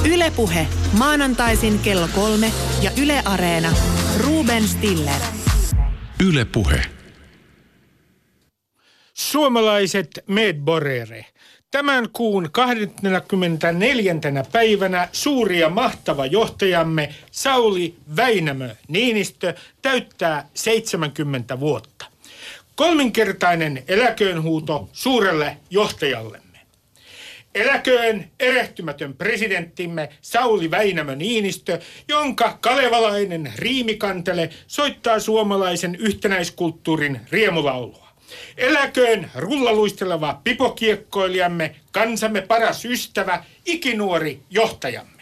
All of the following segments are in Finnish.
Yle Puhe. Maanantaisin kello 3 ja Yle Areena. Ruben Stiller. Yle Puhe. Suomalaiset medborgare. Tämän kuun 24. päivänä suuri ja mahtava johtajamme Sauli Väinämö Niinistö täyttää 70 vuotta. Kolminkertainen eläköönhuuto suurelle johtajallemme. Eläköön erehtymätön presidenttimme Sauli Väinämö Niinistö, jonka kalevalainen riimikantele soittaa suomalaisen yhtenäiskulttuurin riemulaulua. Eläköön rullaluisteleva pipokiekkoilijamme, kansamme paras ystävä, ikinuori johtajamme.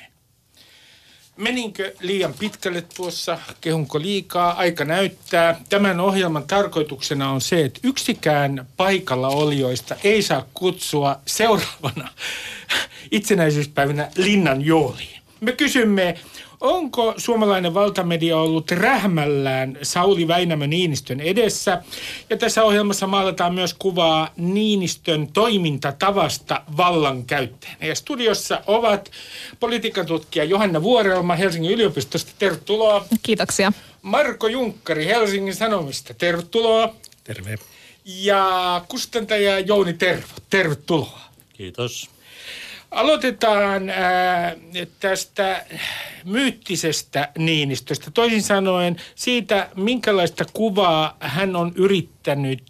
Meninkö liian pitkälle tuossa, kehunko liikaa, aika näyttää. Tämän ohjelman tarkoituksena on se, että yksikään paikalla olijoista ei saa kutsua seuraavana itsenäisyyspäivänä linnan jooliin. Me kysymme, onko suomalainen valtamedia ollut rähmällään Sauli Väinämö Niinistön edessä? Ja tässä ohjelmassa maalataan myös kuvaa Niinistön toimintatavasta vallankäyttäjänä. Ja studiossa ovat politiikan tutkija Johanna Vuorelma Helsingin yliopistosta. Tervetuloa. Kiitoksia. Marko Junkkari Helsingin Sanomista. Tervetuloa. Terve. Ja kustantaja Jouni Tervo. Tervetuloa. Kiitos. Aloitetaan tästä myyttisestä Niinistöstä. Toisin sanoen siitä, minkälaista kuvaa hän on yrittänyt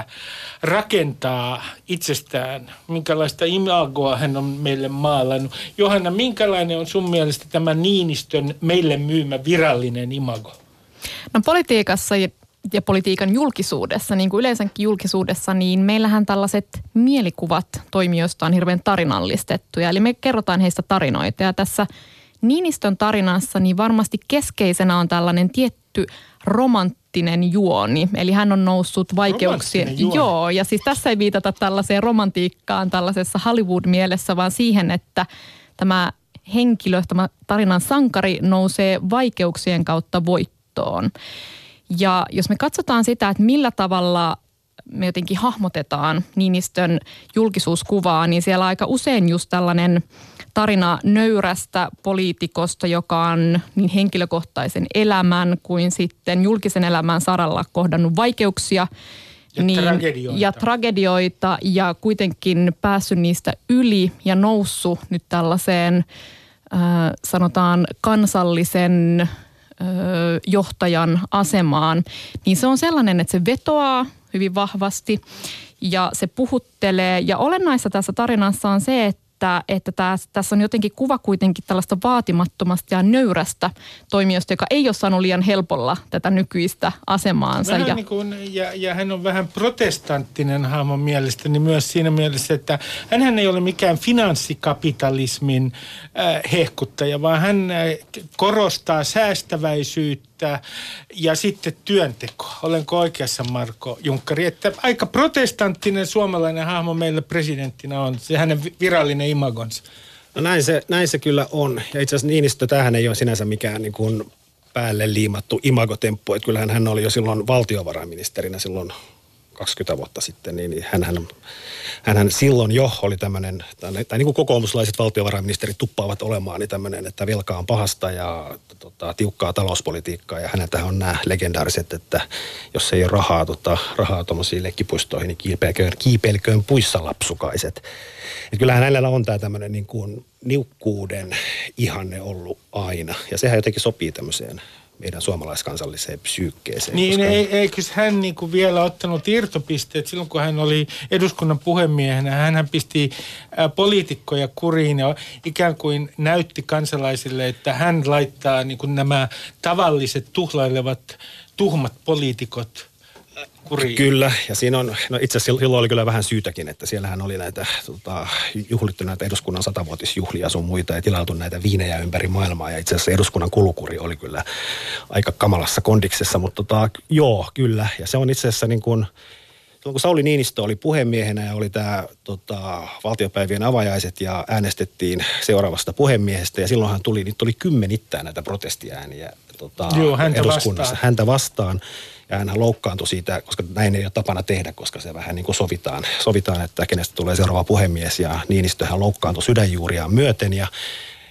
rakentaa itsestään. Minkälaista imagoa hän on meille maalannut. Johanna, minkälainen on sun mielestä tämä Niinistön meille myymä virallinen imago? No politiikassa ja politiikan julkisuudessa, niin kuin yleensäkin julkisuudessa, niin meillähän tällaiset mielikuvat toimijoista on hirveän tarinallistettuja. Eli me kerrotaan heistä tarinoita. Ja tässä Niinistön tarinassa niin varmasti keskeisenä on tällainen tietty romanttinen juoni. Eli hän on noussut vaikeuksien. Joo, ja siis tässä ei viitata tällaiseen romantiikkaan tällaisessa Hollywood-mielessä, vaan siihen, että tämä henkilö, tämä tarinan sankari nousee vaikeuksien kautta voittoon. Ja jos me katsotaan sitä, että millä tavalla me jotenkin hahmotetaan Niinistön julkisuuskuvaa, niin siellä aika usein just tällainen tarina nöyrästä poliitikosta, joka on niin henkilökohtaisen elämän kuin sitten julkisen elämän saralla kohdannut vaikeuksia ja tragedioita ja kuitenkin päässyt niistä yli ja noussut nyt tällaiseen sanotaan kansallisen johtajan asemaan, niin se on sellainen, että se vetoaa hyvin vahvasti ja se puhuttelee. Ja olennaista tässä tarinassa on se, että tässä on jotenkin kuva kuitenkin tällaista vaatimattomasta ja nöyrästä toimijosta, joka ei ole saanut liian helpolla tätä nykyistä asemaansa. Ja hän on vähän protestanttinen hahmon mielestäni myös siinä mielessä, että hänhän ei ole mikään finanssikapitalismin hehkuttaja, vaan hän korostaa säästäväisyyttä ja sitten työntekoa. Olenko oikeassa, Marko Junkkari? Että aika protestanttinen suomalainen hahmo meillä presidenttinä on, se hänen virallinen imagonsa. No näin se kyllä on. Ja itse asiassa Niinistö, tämähän ei ole sinänsä mikään niin kuin päälle liimattu imagotemppu. Että kyllähän hän oli jo silloin valtiovarainministerinä silloin 20 vuotta sitten, niin hänhän silloin jo oli tämmöinen, tai niin kuin kokoomuslaiset valtiovarainministerit tuppaavat olemaan, niin tämmöinen, että velka on pahasta ja tiukkaa talouspolitiikkaa. Ja häneltähän on nämä legendaariset, että jos ei ole rahaa tuommoisiin lekkipuistoihin, niin kiipeilköön puissa lapsukaiset. Että kyllähän hänellä on tämä tämmöinen niin kuin niukkuuden ihanne ollut aina. Ja sehän jotenkin sopii tämmöiseen meidän suomalaiskansalliseen psyykkeeseen. Niin, eikö hän niin kuin vielä ottanut irtopisteet silloin, kun hän oli eduskunnan puhemiehenä? Hän pisti poliitikkoja kuriin ja ikään kuin näytti kansalaisille, että hän laittaa niin kuin nämä tavalliset tuhlailevat tuhmat poliitikot kuriin. Kyllä, ja siinä on, no itse asiassa silloin oli kyllä vähän syytäkin, että siellähän oli näitä juhlittu näitä eduskunnan 100-vuotisjuhlia sun muita ja tilailtu näitä viinejä ympäri maailmaa, ja itse asiassa eduskunnan kulukuri oli kyllä aika kamalassa kondiksessa, mutta joo, kyllä, ja se on itse asiassa niin kuin, silloin kun Sauli Niinistö oli puhemiehenä ja oli tämä valtiopäivien avajaiset ja äänestettiin seuraavasta puhemiehestä, ja silloinhan tuli kymmenittäin näitä protestiääniä eduskunnassa häntä vastaan. Ja hän loukkaantui siitä, koska näin ei ole tapana tehdä, koska se vähän niin kuin sovitaan, että kenestä tulee seuraava puhemies. Ja Niinistöhän loukkaantui sydänjuuriaan myöten. Ja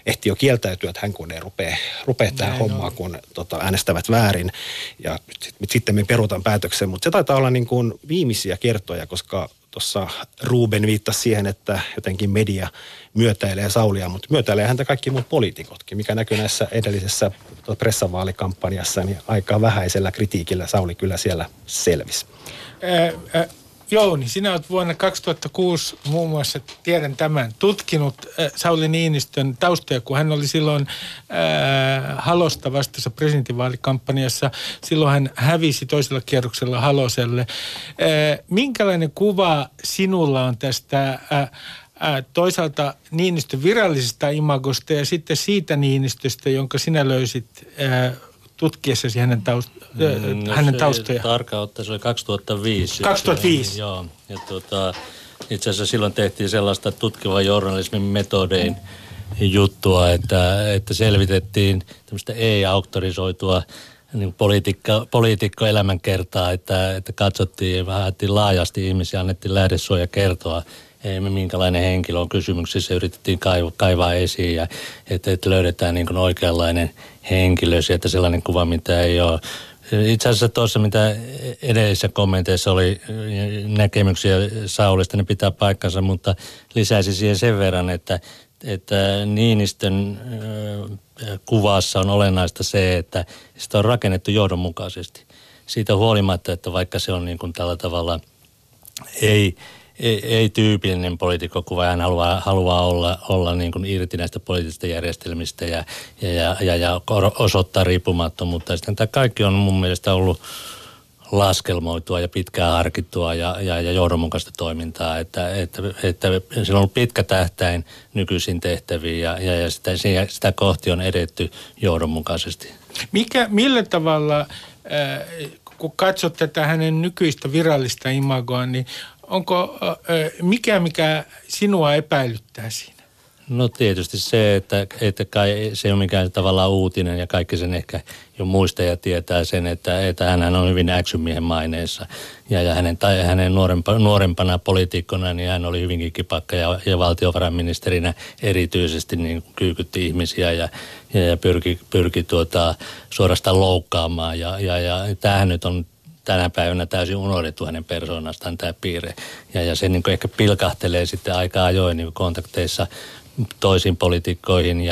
ehti jo kieltäytyä, että hän kun ei rupea tähän hommaan, kun äänestävät väärin. Ja sitten me peruutan päätöksen, mutta se taitaa olla niin kuin viimeisiä kertoja, koska tuossa Ruben viittasi siihen, että jotenkin media myötäilee Saulia, mutta myötäilee häntä kaikki muut poliitikotkin, mikä näkyy näissä edellisessä pressavaalikampanjassa, niin aika vähäisellä kritiikillä Sauli kyllä siellä selvisi. Jouni, sinä olet vuonna 2006 muun muassa, tiedän tämän, tutkinut Sauli Niinistön taustoja, kun hän oli silloin Halosta vastaassa presidentinvaalikampanjassa. Silloin hän hävisi toisella kierroksella Haloselle. Minkälainen kuva sinulla on tästä toisaalta Niinistön virallisesta imagosta ja sitten siitä Niinistöstä, jonka sinä löysit tutkiessasi hänen taustojaan? Tarkkaan ottaen se oli 2005. 2005? Joo. Ja itse asiassa silloin tehtiin sellaista tutkivan journalismin metodein juttua, että selvitettiin tämmöistä ei-auktorisoitua niin poliitikkoelämänkertaa, että katsottiin vähän laajasti ihmisiä, annettiin lähdesuoja kertoa, minkälainen henkilö on kysymyksissä, yritettiin kaivaa esiin ja että löydetään niin kuin oikeanlainen henkilö, sieltä sellainen kuva, mitä ei ole. Itse asiassa tuossa, mitä edellisissä kommenteissa oli näkemyksiä Saulista, ne pitää paikkansa, mutta lisäisi siihen sen verran, että Niinistön kuvassa on olennaista se, että sitä on rakennettu johdonmukaisesti. Siitä huolimatta, että vaikka se on niin kuin tällä tavalla ei tyypillinen poliitikkokuva, hän haluaa olla niin kuin irti näistä poliittisista järjestelmistä ja osoittaa riippumattomuutta. Sitten tämä kaikki on mun mielestä ollut laskelmoitua ja pitkään harkittua ja johdonmukaista toimintaa, että sillä on ollut pitkä tähtäin nykyisin tehtäviin ja sitä kohti on edetty johdonmukaisesti. Millä tavalla, kun katsot tätä hänen nykyistä virallista imagoa, niin onko mikä sinua epäilyttää siinä? No tietysti se, että kai se ei ole mikään tavallaan uutinen ja kaikki sen ehkä jo muistaa ja tietää sen, että hän on hyvin äksymiehen maineessa. Ja hänen nuorempana poliitikkona niin hän oli hyvinkin kipakka ja valtiovarainministerinä erityisesti niin kyykytti ihmisiä ja pyrki suorastaan loukkaamaan. Ja tämähän nyt on tänä päivänä täysin unohdettu hänen persoonastaan tämä piirre. Ja se niin ehkä pilkahtelee sitten aika ajoin niin kontakteissa toisiin poliitikkoihin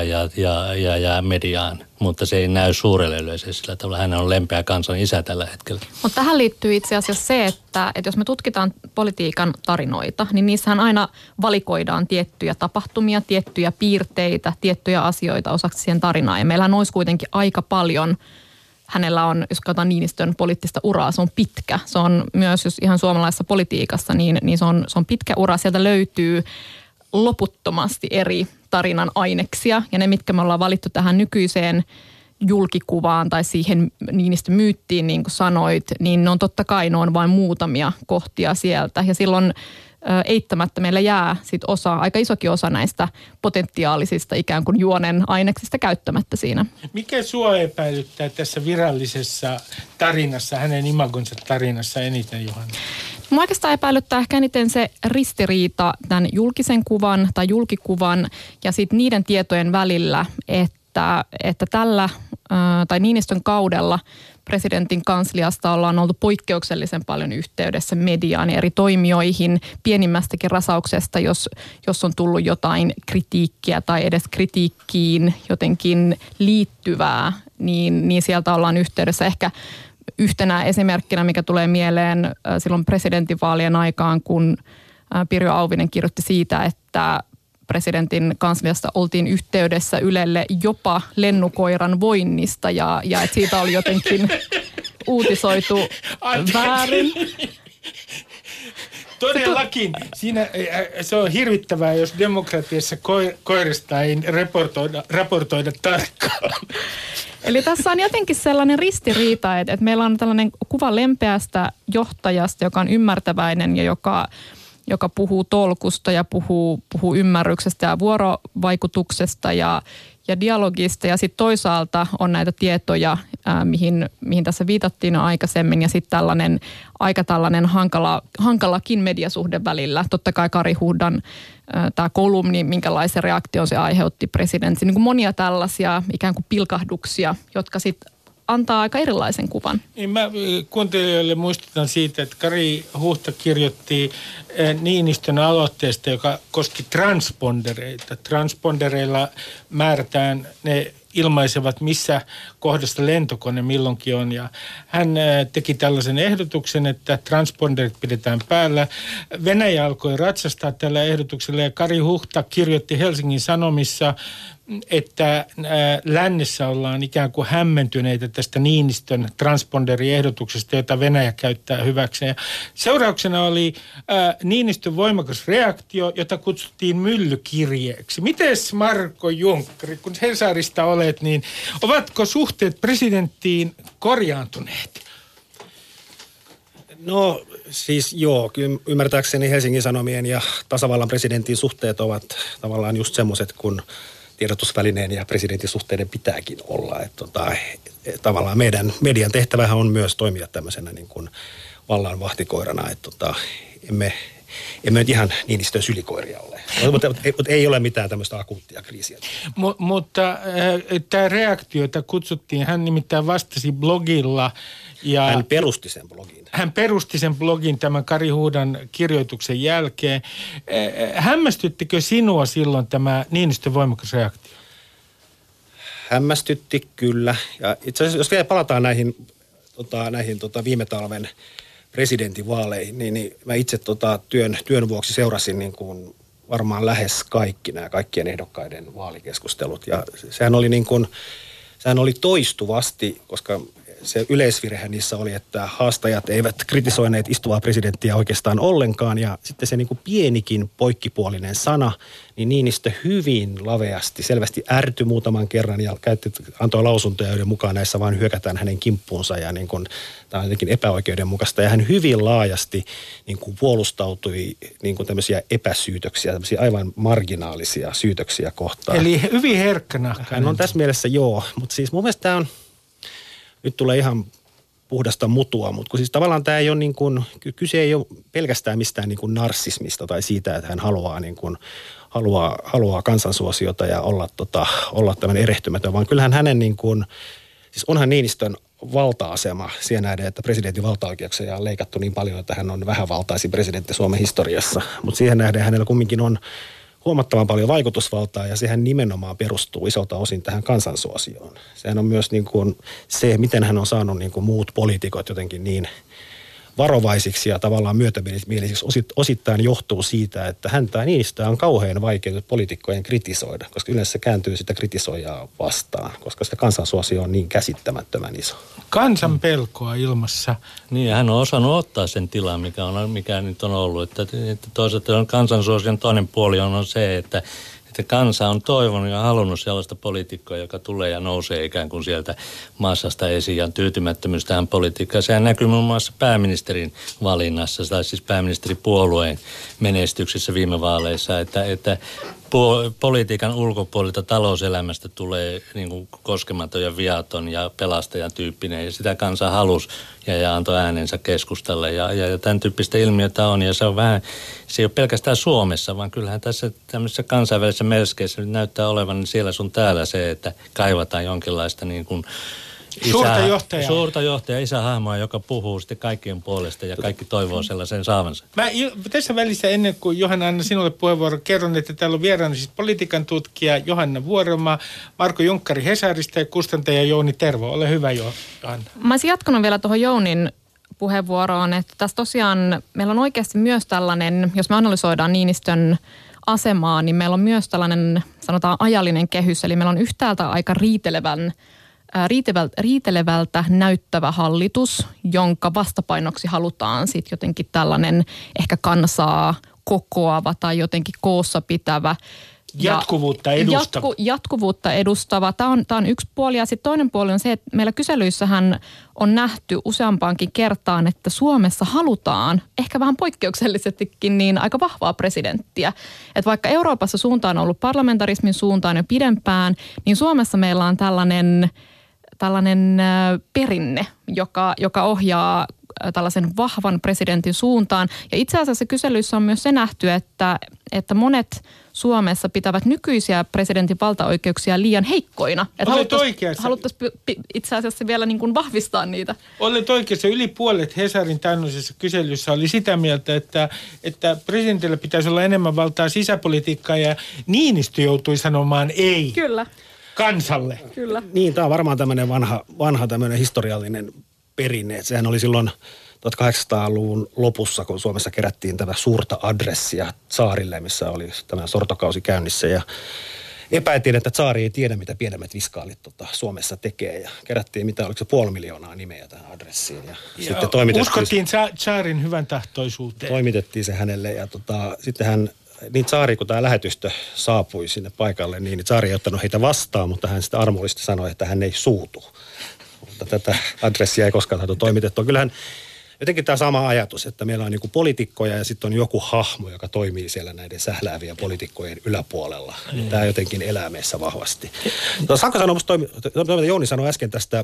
ja mediaan, mutta se ei näy suurelle yleisölle sillä tavalla. Hän on lempeä kansan isä tällä hetkellä. Mutta tähän liittyy itse asiassa se, että jos me tutkitaan politiikan tarinoita, niin niissähän aina valikoidaan tiettyjä tapahtumia, tiettyjä piirteitä, tiettyjä asioita osaksi siihen tarinaan. Ja meillähän olisi kuitenkin aika paljon. Hänellä on, jos katsotaan Niinistön poliittista uraa, se on pitkä. Se on myös, jos ihan suomalaisessa politiikassa, niin se on pitkä ura. Sieltä löytyy loputtomasti eri tarinan aineksia. Ja ne, mitkä me ollaan valittu tähän nykyiseen julkikuvaan tai siihen Niinistön myyttiin, niin kuin sanoit, niin ne on totta kai, ne on vain muutamia kohtia sieltä. Ja silloin eittämättä meillä jää sit aika isokin osa näistä potentiaalisista ikään kuin juonen aineksista käyttämättä siinä. Mikä sua epäilyttää tässä virallisessa tarinassa, hänen imagonsa tarinassa eniten, Johanna? Mua oikeastaan epäilyttää ehkä eniten se ristiriita tämän julkisen kuvan tai julkikuvan ja sitten niiden tietojen välillä, että tällä tai Niinistön kaudella presidentin kansliasta ollaan oltu poikkeuksellisen paljon yhteydessä mediaan ja eri toimijoihin pienimmästäkin rasauksesta, jos on tullut jotain kritiikkiä tai edes kritiikkiin jotenkin liittyvää, niin sieltä ollaan yhteydessä. Ehkä yhtenä esimerkkinä, mikä tulee mieleen silloin presidentinvaalien aikaan, kun Pirjo Auvinen kirjoitti siitä, että presidentin kansliasta oltiin yhteydessä Ylelle jopa lennukoiran voinnista ja että siitä oli jotenkin uutisoitu väärin. Todellakin. Siinä se on hirvittävää, jos demokratiassa koirista ei raportoida tarkkaan. Eli tässä on jotenkin sellainen ristiriita, että meillä on tällainen kuva lempeästä johtajasta, joka on ymmärtäväinen ja joka puhuu tolkusta ja puhuu ymmärryksestä ja vuorovaikutuksesta ja dialogista. Ja sitten toisaalta on näitä tietoja, mihin tässä viitattiin aikaisemmin, ja sitten tällainen hankalakin mediasuhde välillä. Totta kai Kari Huhdan tämä kolumni, minkälaisen reaktion se aiheutti presidentti. Niin kuin monia tällaisia ikään kuin pilkahduksia, jotka sitten antaa aika erilaisen kuvan. Niin mä kuuntelijoille muistutan siitä, että Kari Huhta kirjoitti Niinistön aloitteesta, joka koski transpondereita. Transpondereilla määrätään, ne ilmaisevat, missä kohdasta lentokone milloinkin on. Ja hän teki tällaisen ehdotuksen, että transponderit pidetään päällä. Venäjä alkoi ratsastaa tällä ehdotuksella ja Kari Huhta kirjoitti Helsingin Sanomissa, että lännessä ollaan ikään kuin hämmentyneitä tästä Niinistön transponderiehdotuksesta, jota Venäjä käyttää hyväkseen. Ja seurauksena oli Niinistön voimakas reaktio, jota kutsuttiin myllykirjeeksi. Mites Marko Junkkari, kun Hesarista olet, niin ovatko suhteet presidenttiin korjaantuneet? No siis joo, kyllä ymmärtääkseni Helsingin Sanomien ja tasavallan presidentin suhteet ovat tavallaan just semmoiset, kun tiedotusvälineen ja presidentin suhteiden pitääkin olla. Että tavallaan meidän median tehtävähän on myös toimia tämmöisenä niin kuin vallan vahtikoirana, että emme nyt ihan Niinistön sylikoiria ole. Mutta ei ole mitään tämmöistä akuuttia kriisiä. Mutta tämä reaktio, jota kutsuttiin, hän nimittäin vastasi blogilla. Ja hän perusti sen blogin. Hän perusti sen blogin tämän Kari Huhdan kirjoituksen jälkeen. Hämmästyttikö sinua silloin tämä Niinistön voimakas reaktio? Hämmästytti kyllä. Ja itse asiassa, jos vielä palataan näihin viime talven presidentinvaaleihin, niin mä itse työn vuoksi seurasin niin kuin varmaan lähes kaikki nämä kaikkien ehdokkaiden vaalikeskustelut. Ja sehän oli toistuvasti, koska se yleisvirhe niissä oli, että haastajat eivät kritisoineet istuvaa presidenttiä oikeastaan ollenkaan. Ja sitten se niin kuin pienikin poikkipuolinen sana, niin Niinistö hyvin laveasti, selvästi ärtyi muutaman kerran ja antoi lausuntoja, joiden mukaan näissä vaan hyökätään hänen kimppuunsa. Ja niin kuin, tämä on jotenkin epäoikeudenmukaista. Ja hän hyvin laajasti niin kuin puolustautui niin kuin tämmöisiä epäsyytöksiä, tämmöisiä aivan marginaalisia syytöksiä kohtaan. Eli hyvin herkkänahkainen. Hän on tässä mielessä joo, mutta siis mun mielestä tämä on... Nyt tulee ihan puhdasta mutua, mutta kun siis tavallaan tämä ei ole niin kuin, kyse ei ole pelkästään mistään niin kuin narsismista tai siitä, että hän haluaa niin kuin, haluaa kansansuosiota ja olla tämmöinen erehtymätön, vaan kyllähän hänen niin kuin, siis onhan Niinistön valta-asema siihen nähden, että presidentin valtaoikeuksia on leikattu niin paljon, että hän on vähävaltaisin presidentti Suomen historiassa, mutta siihen nähden hänellä kumminkin on huomattavan paljon vaikutusvaltaa ja sehän nimenomaan perustuu isolta osin tähän kansansuosioon. Sehän on myös niin kuin se, miten hän on saanut niin kuin muut poliitikot jotenkin niin varovaisiksi ja tavallaan myötämielisiksi osittain johtuu siitä, että häntä Niinistöä on kauhean vaikea poliitikkojen kritisoida, koska yleensä se kääntyy sitä kritisoijaa vastaan, koska se kansansuosio on niin käsittämättömän iso. Kansan pelkoa ilmassa. Niin, hän on osannut ottaa sen tilan, mikä nyt on ollut. Että toisaalta on kansansuosion toinen puoli on se, että kansa on toivonut ja halunnut sellaista poliitikkoa, joka tulee ja nousee ikään kuin sieltä massasta esiin ja tyytymättömyys tähän politiikkaan. Sehän näkyy muun muassa pääministerin valinnassa, tai siis pääministeripuolueen menestyksessä viime vaaleissa, että politiikan ulkopuolelta talouselämästä tulee niin kuin koskematon ja viaton ja pelastajan tyyppinen ja sitä kansa halusi ja antoi äänensä keskustalle ja tämän tyyppistä ilmiötä on ja se on vähän, se ei ole pelkästään Suomessa, vaan kyllähän tässä tämmöisessä kansainvälisessä melskeissä nyt näyttää olevan niin siellä sun täällä se, että kaivataan jonkinlaista niin kuin Suurta johtajaa, isähahmoa, joka puhuu sitten kaikkien puolesta ja kaikki toivoo sellaisen saavansa. Mä tässä välissä ennen kuin Johanna anna sinulle puheenvuoro, kerron, että täällä on vieraana siis politiikan tutkija Johanna Vuorenmaa, Marko Junkkari Hesarista ja kustantaja Jouni Tervo. Ole hyvä, Johanna. Mä olisin jatkanut vielä tuohon Jounin puheenvuoroon, että tässä tosiaan meillä on oikeasti myös tällainen, jos me analysoidaan Niinistön asemaa, niin meillä on myös tällainen, sanotaan ajallinen kehys, eli meillä on yhtäältä aika riitelevältä näyttävä hallitus, jonka vastapainoksi halutaan sitten jotenkin tällainen ehkä kansaa kokoava tai jotenkin koossa pitävä Jatkuvuutta edustava. Jatkuvuutta edustava. Tämä on yksi puoli ja sitten toinen puoli on se, että meillä kyselyissähän on nähty useampaankin kertaan, että Suomessa halutaan ehkä vähän poikkeuksellisestikin niin aika vahvaa presidenttiä. Että vaikka Euroopassa suunta on ollut parlamentarismin suuntaan jo pidempään, niin Suomessa meillä on tällainen perinne, joka ohjaa tällaisen vahvan presidentin suuntaan. Ja itse asiassa kyselyissä on myös se nähty, että monet Suomessa pitävät nykyisiä presidentin valtaoikeuksia liian heikkoina. Että haluttaisiin itse asiassa vielä niin kuin vahvistaa niitä. Olet oikeassa. Yli puolet Hesarin tämmöisessä kyselyssä oli sitä mieltä, että presidentillä pitäisi olla enemmän valtaa sisäpolitiikkaan ja Niinistö joutui sanomaan ei. Kyllä. Kansalle. Kyllä. Niin, tämä on varmaan tämmöinen vanha tämmöinen historiallinen perinne. Että sehän oli silloin 1800-luvun lopussa, kun Suomessa kerättiin tätä suurta adressia tsaarille, missä oli tämä sortokausi käynnissä. Ja epäiltiin, että tsaari ei tiedä, mitä pienemmät viskaalit Suomessa tekee. Ja kerättiin, oliko se 500 000 nimeä tähän adressiin. Ja sitten uskottiin tsaarin hyvän tahtoisuuteen. Toimitettiin se hänelle ja sitten niin tsaari, kun tämä lähetystö saapui sinne paikalle, niin tsaari ei ottanut heitä vastaan, mutta hän sitten armollisesti sanoi, että hän ei suutu. Mutta tätä adressia ei koskaan saatu toimitettua. Kyllähän jotenkin tämä sama ajatus, että meillä on niinku poliitikkoja ja sitten on joku hahmo, joka toimii siellä näiden sähläävien poliitikkojen yläpuolella. Tämä jotenkin elää meissä vahvasti. Saanko sanoa, Jouni sanoi äsken tästä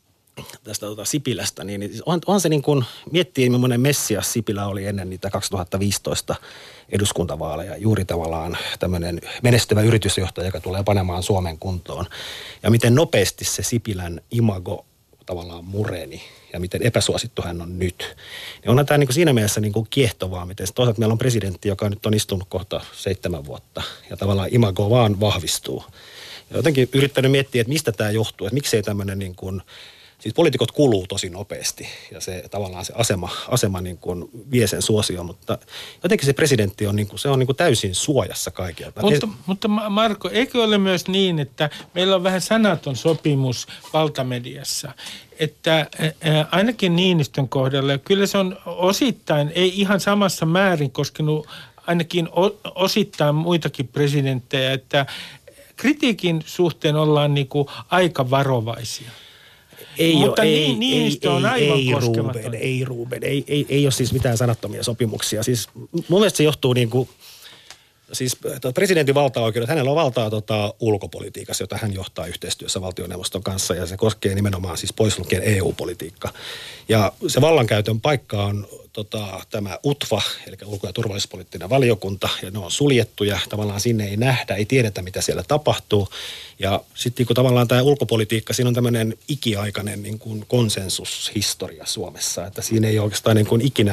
Sipilästä, niin on se niin kuin, miettii millainen Messias Sipilä oli ennen niitä 2015 eduskuntavaaleja. Juuri tavallaan tämmöinen menestyvä yritysjohtaja, joka tulee panemaan Suomen kuntoon. Ja miten nopeasti se Sipilän imago tavallaan mureni ja miten epäsuosittu hän on nyt. Niin onhan tämä niin kuin siinä mielessä niin kuin kiehtovaa, miten toisaalta meillä on presidentti, joka nyt on istunut kohta 7 vuotta ja tavallaan imago vaan vahvistuu. Ja jotenkin yrittänyt miettiä, että mistä tämä johtuu, että miksei tämmöinen niin kuin siis poliitikot kuluu tosi nopeasti ja se tavallaan se asema niin kuin vie sen suosioon, mutta jotenkin se presidentti on, niin kuin, se on niin kuin täysin suojassa kaikilta. Mutta Marko, eikö ole myös niin, että meillä on vähän sanaton sopimus valtamediassa, että ainakin Niinistön kohdalla, kyllä se on osittain, ei ihan samassa määrin koskenut ainakin osittain muitakin presidenttejä, että kritiikin suhteen ollaan niin kuin aika varovaisia. Mutta Niinistö on aivan koskematon. Ei Ruben, ei ole siis mitään sanattomia sopimuksia. Siis mun mielestä se johtuu niin kuin, siis presidentin valtaoikeudet, hänellä on valtaa ulkopolitiikassa, jota hän johtaa yhteistyössä valtioneuvoston kanssa ja se koskee nimenomaan siis pois lukien EU-politiikka. Ja se vallankäytön paikka on tämä UTVA, eli ulko- ja turvallisuuspoliittinen valiokunta, ja ne on suljettu ja tavallaan sinne ei nähdä, ei tiedetä mitä siellä tapahtuu. Ja sitten kun tavallaan tämä ulkopolitiikka, siinä on tämmöinen ikiaikainen niin kuin konsensushistoria Suomessa, että siinä ei oikeastaan niin kuin ikinä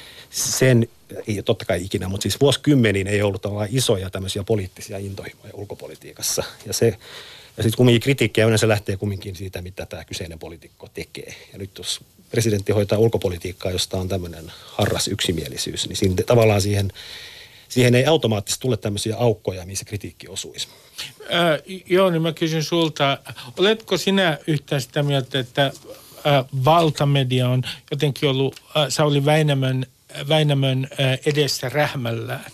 ei totta kai ikinä, mutta siis vuosikymmeniin ei ollut tavallaan isoja tämmöisiä poliittisia intohimoja ulkopolitiikassa. Ja sitten kumminkin kritiikkiä yleensä lähtee kumminkin siitä, mitä tämä kyseinen poliitikko tekee. Ja nyt jos presidentti hoitaa ulkopolitiikkaa, josta on tämmöinen harras yksimielisyys, niin siinä tavallaan siihen ei automaattisesti tule tämmöisiä aukkoja, missä kritiikki osuisi. Joo, niin mä kysyn sulta, oletko sinä yhtään sitä mieltä, että valtamedia on jotenkin ollut Sauli Väinämön edessä rähmällään?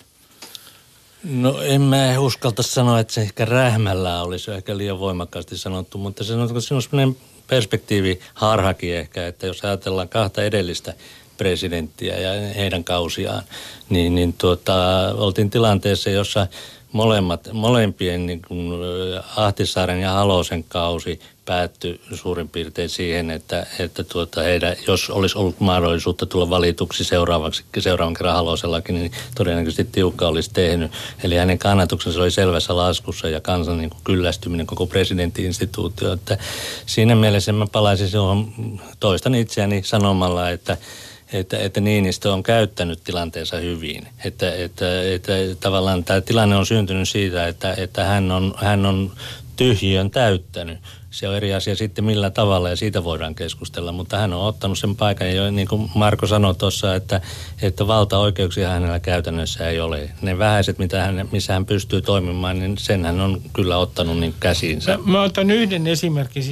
No en mä uskalta sanoa, että se ehkä rähmällään olisi ehkä liian voimakkaasti sanottu, mutta se on sellainen perspektiiviharhakin ehkä, että jos ajatellaan 2 edellistä presidenttiä ja heidän kausiaan, niin oltiin tilanteessa, jossa molempien niin kuin Ahtisaaren ja Halosen kausi päättyi suurin piirtein siihen, että heidän, jos olisi ollut mahdollisuutta tulla valituksi seuraavan kerran Halosellakin, niin todennäköisesti tiukka olisi tehnyt. Eli hänen kannatuksensa oli selvässä laskussa ja kansan niin kuin kyllästyminen koko presidentti-instituutio. Että siinä mielessä mä palaisin siihen, toistan itseäni sanomalla, että Niinistö on käyttänyt tilanteensa hyvin. Että tavallaan tämä tilanne on syntynyt siitä, että hän on tyhjiön täyttänyt. Se on eri asia sitten millä tavalla ja siitä voidaan keskustella, mutta hän on ottanut sen paikan ja niin kuin Marko sanoi tuossa, että valtaoikeuksia hänellä käytännössä ei ole. Ne vähäiset, missä hän pystyy toimimaan, niin sen hän on kyllä ottanut niin käsiinsä. Mä otan yhden esimerkin siis.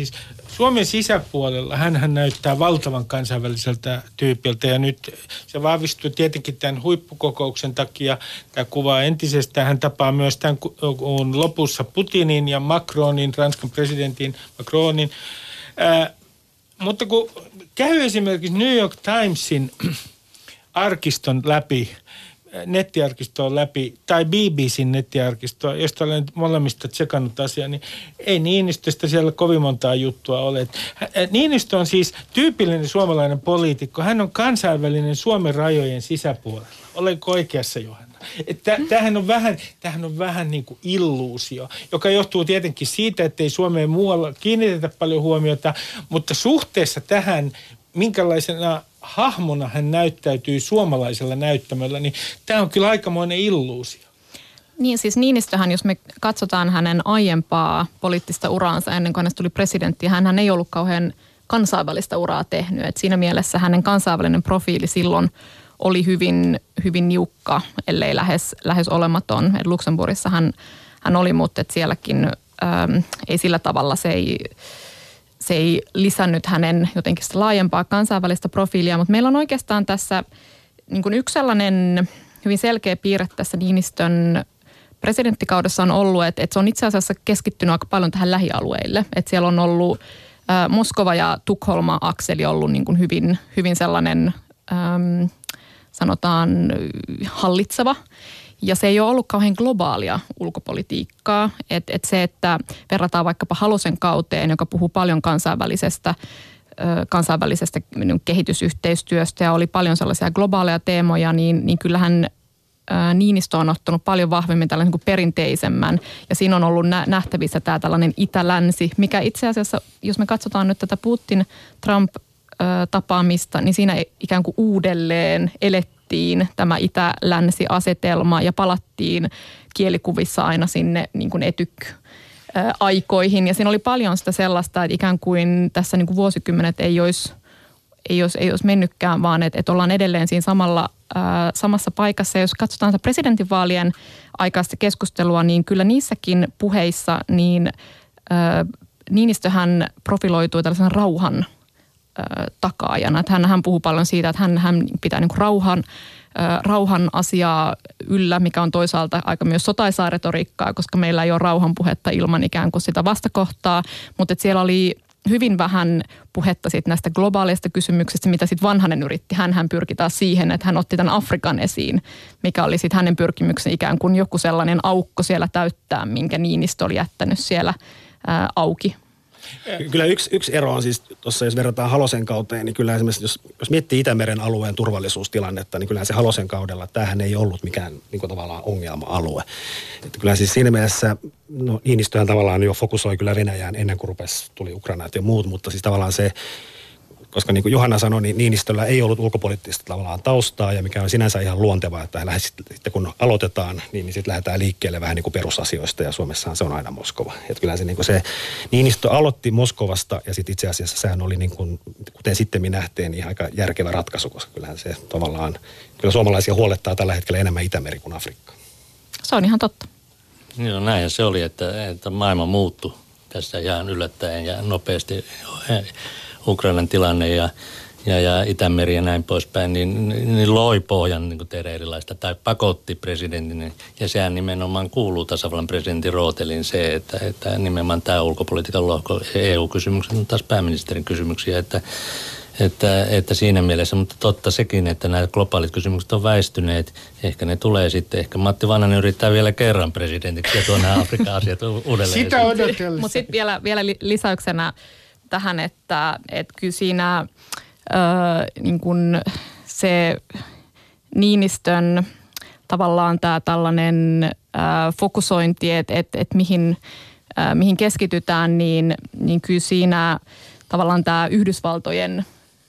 Suomen sisäpuolella hänhän näyttää valtavan kansainväliseltä tyypiltä ja nyt se vahvistuu tietenkin tämän huippukokouksen takia. Tämä kuvaa entisestään. Hän tapaa myös tämän kuun lopussa Putinin ja Macronin, Ranskan presidentin Macronin. Mutta kun käy esimerkiksi New York Timesin arkiston läpi, nettiarkistoa läpi, tai BBCn nettiarkistoa, josta olen molemmista tsekannut asiaa, niin ei Niinistöstä siellä kovin montaa juttua ole. Niinistö on siis tyypillinen suomalainen poliitikko. Hän on kansainvälinen Suomen rajojen sisäpuolella. Olenko oikeassa, Johanna? Tämähän on vähän niin kuin illuusio, joka johtuu tietenkin siitä, että ei Suomeen muualla kiinnitetä paljon huomiota, mutta suhteessa tähän, minkälaisena hahmona hän näyttäytyy suomalaisella näyttämöllä, niin tämä on kyllä aikamoinen illuusio. Niin siis Niinistöhän, jos me katsotaan hänen aiempaa poliittista uraansa ennen kuin hänestä tuli presidentti, hän ei ollut kauhean kansainvälistä uraa tehnyt. Et siinä mielessä hänen kansainvälinen profiili silloin oli hyvin, hyvin niukka, ellei lähes olematon. Et Luxemburgissa hän oli, mutta sielläkin ei sillä tavalla se ei lisännyt hänen jotenkin sitä laajempaa kansainvälistä profiilia, mutta meillä on oikeastaan tässä niin kuin yksi sellainen hyvin selkeä piirre tässä Niinistön presidenttikaudessa on ollut, että se on itse asiassa keskittynyt aika paljon tähän lähialueille. Että siellä on ollut Moskova ja Tukholma-akseli ollut niin kuin hyvin, hyvin sellainen, sanotaan, hallitseva. Ja se ei ole ollut kauhean globaalia ulkopolitiikkaa. Et se, että verrataan vaikkapa Halosen kauteen, joka puhuu paljon kansainvälisestä kehitysyhteistyöstä ja oli paljon sellaisia globaaleja teemoja, niin kyllähän Niinistö on ottanut paljon vahvemmin tällaisen niin kuin perinteisemmän. Ja siinä on ollut nähtävissä tämä tällainen itä-länsi, mikä itse asiassa, jos me katsotaan nyt tätä Putin-Trump-tapaamista, niin siinä ikään kuin uudelleen elettiin tämä itä-länsi-asetelma ja palattiin kielikuvissa aina sinne niin kuin aikoihin. Ja siinä oli paljon sitä sellaista, että ikään kuin tässä niin kuin vuosikymmenet ei olisi mennytkään, vaan että ollaan edelleen siinä samassa paikassa. Ja jos katsotaan sitä presidentinvaalien aikaista keskustelua, niin kyllä niissäkin puheissa niin Niinistöhän profiloitui tällaisen rauhan takaajana. Että hän puhuu paljon siitä, että hän pitää niin kuin rauhan asiaa yllä, mikä on toisaalta aika myös sotaisaa retoriikkaa, koska meillä ei ole rauhanpuhetta ilman ikään kuin sitä vastakohtaa, mutta siellä oli hyvin vähän puhetta sit näistä globaaleista kysymyksistä, mitä sitten Vanhanen yritti. Hän pyrki taas siihen, että hän otti tämän Afrikan esiin, mikä oli sitten hänen pyrkimyksen ikään kuin joku sellainen aukko siellä täyttää, minkä Niinistö oli jättänyt siellä auki. Kyllä yksi ero on siis tuossa, jos verrataan Halosen kauteen, niin kyllä esimerkiksi jos miettii Itämeren alueen turvallisuustilannetta, niin kyllähän se Halosen kaudella, tämähän ei ollut mikään niin kuin tavallaan ongelma-alue. Että kyllä siis siinä mielessä, Niinistöhän tavallaan jo fokusoi kyllä Venäjään ennen kuin tuli Ukrainat ja muut, mutta siis tavallaan se, koska niin kuin Johanna sanoi, niin Niinistöllä ei ollut ulkopoliittista tavallaan taustaa ja mikä on sinänsä ihan luontevaa, että sitten kun aloitetaan, niin sitten lähdetään liikkeelle vähän niin kuin perusasioista ja Suomessahan se on aina Moskova. Että kyllä se, niin kuin se Niinistö aloitti Moskovasta ja sitten itse asiassa sehän oli niin kuin, kuten sitten nähtiin, niin aika järkevä ratkaisu, koska kyllähän se tavallaan, kyllä suomalaisia huolettaa tällä hetkellä enemmän Itämeri kuin Afrikka. Se on ihan totta. Joo, näinhän se oli, että maailma muuttui tässä ihan yllättäen ja nopeasti. Ukrainan tilanne ja Itämeri ja näin poispäin, niin loi pohjan niin tehdä erilaista tai pakotti presidentin. Ja sehän nimenomaan kuuluu tasavallan presidentin rooteliin se, että nimenomaan tämä ulkopolitiikan lohko, EU-kysymykset on taas pääministerin kysymyksiä, että siinä mielessä, mutta totta sekin, että nämä globaalit kysymykset on väistyneet. Ehkä ne tulee sitten, ehkä Matti Vanhanen yrittää vielä kerran presidentiksi ja tuo nämä Afrikan asiat uudelleen. Sitä odotellessa. Mutta sitten vielä lisäyksenä tähän, että kyllä siinä niin kun se Niinistön tavallaan tämä tällainen fokusointi, että mihin keskitytään, niin kyllä siinä tavallaan tämä Yhdysvaltojen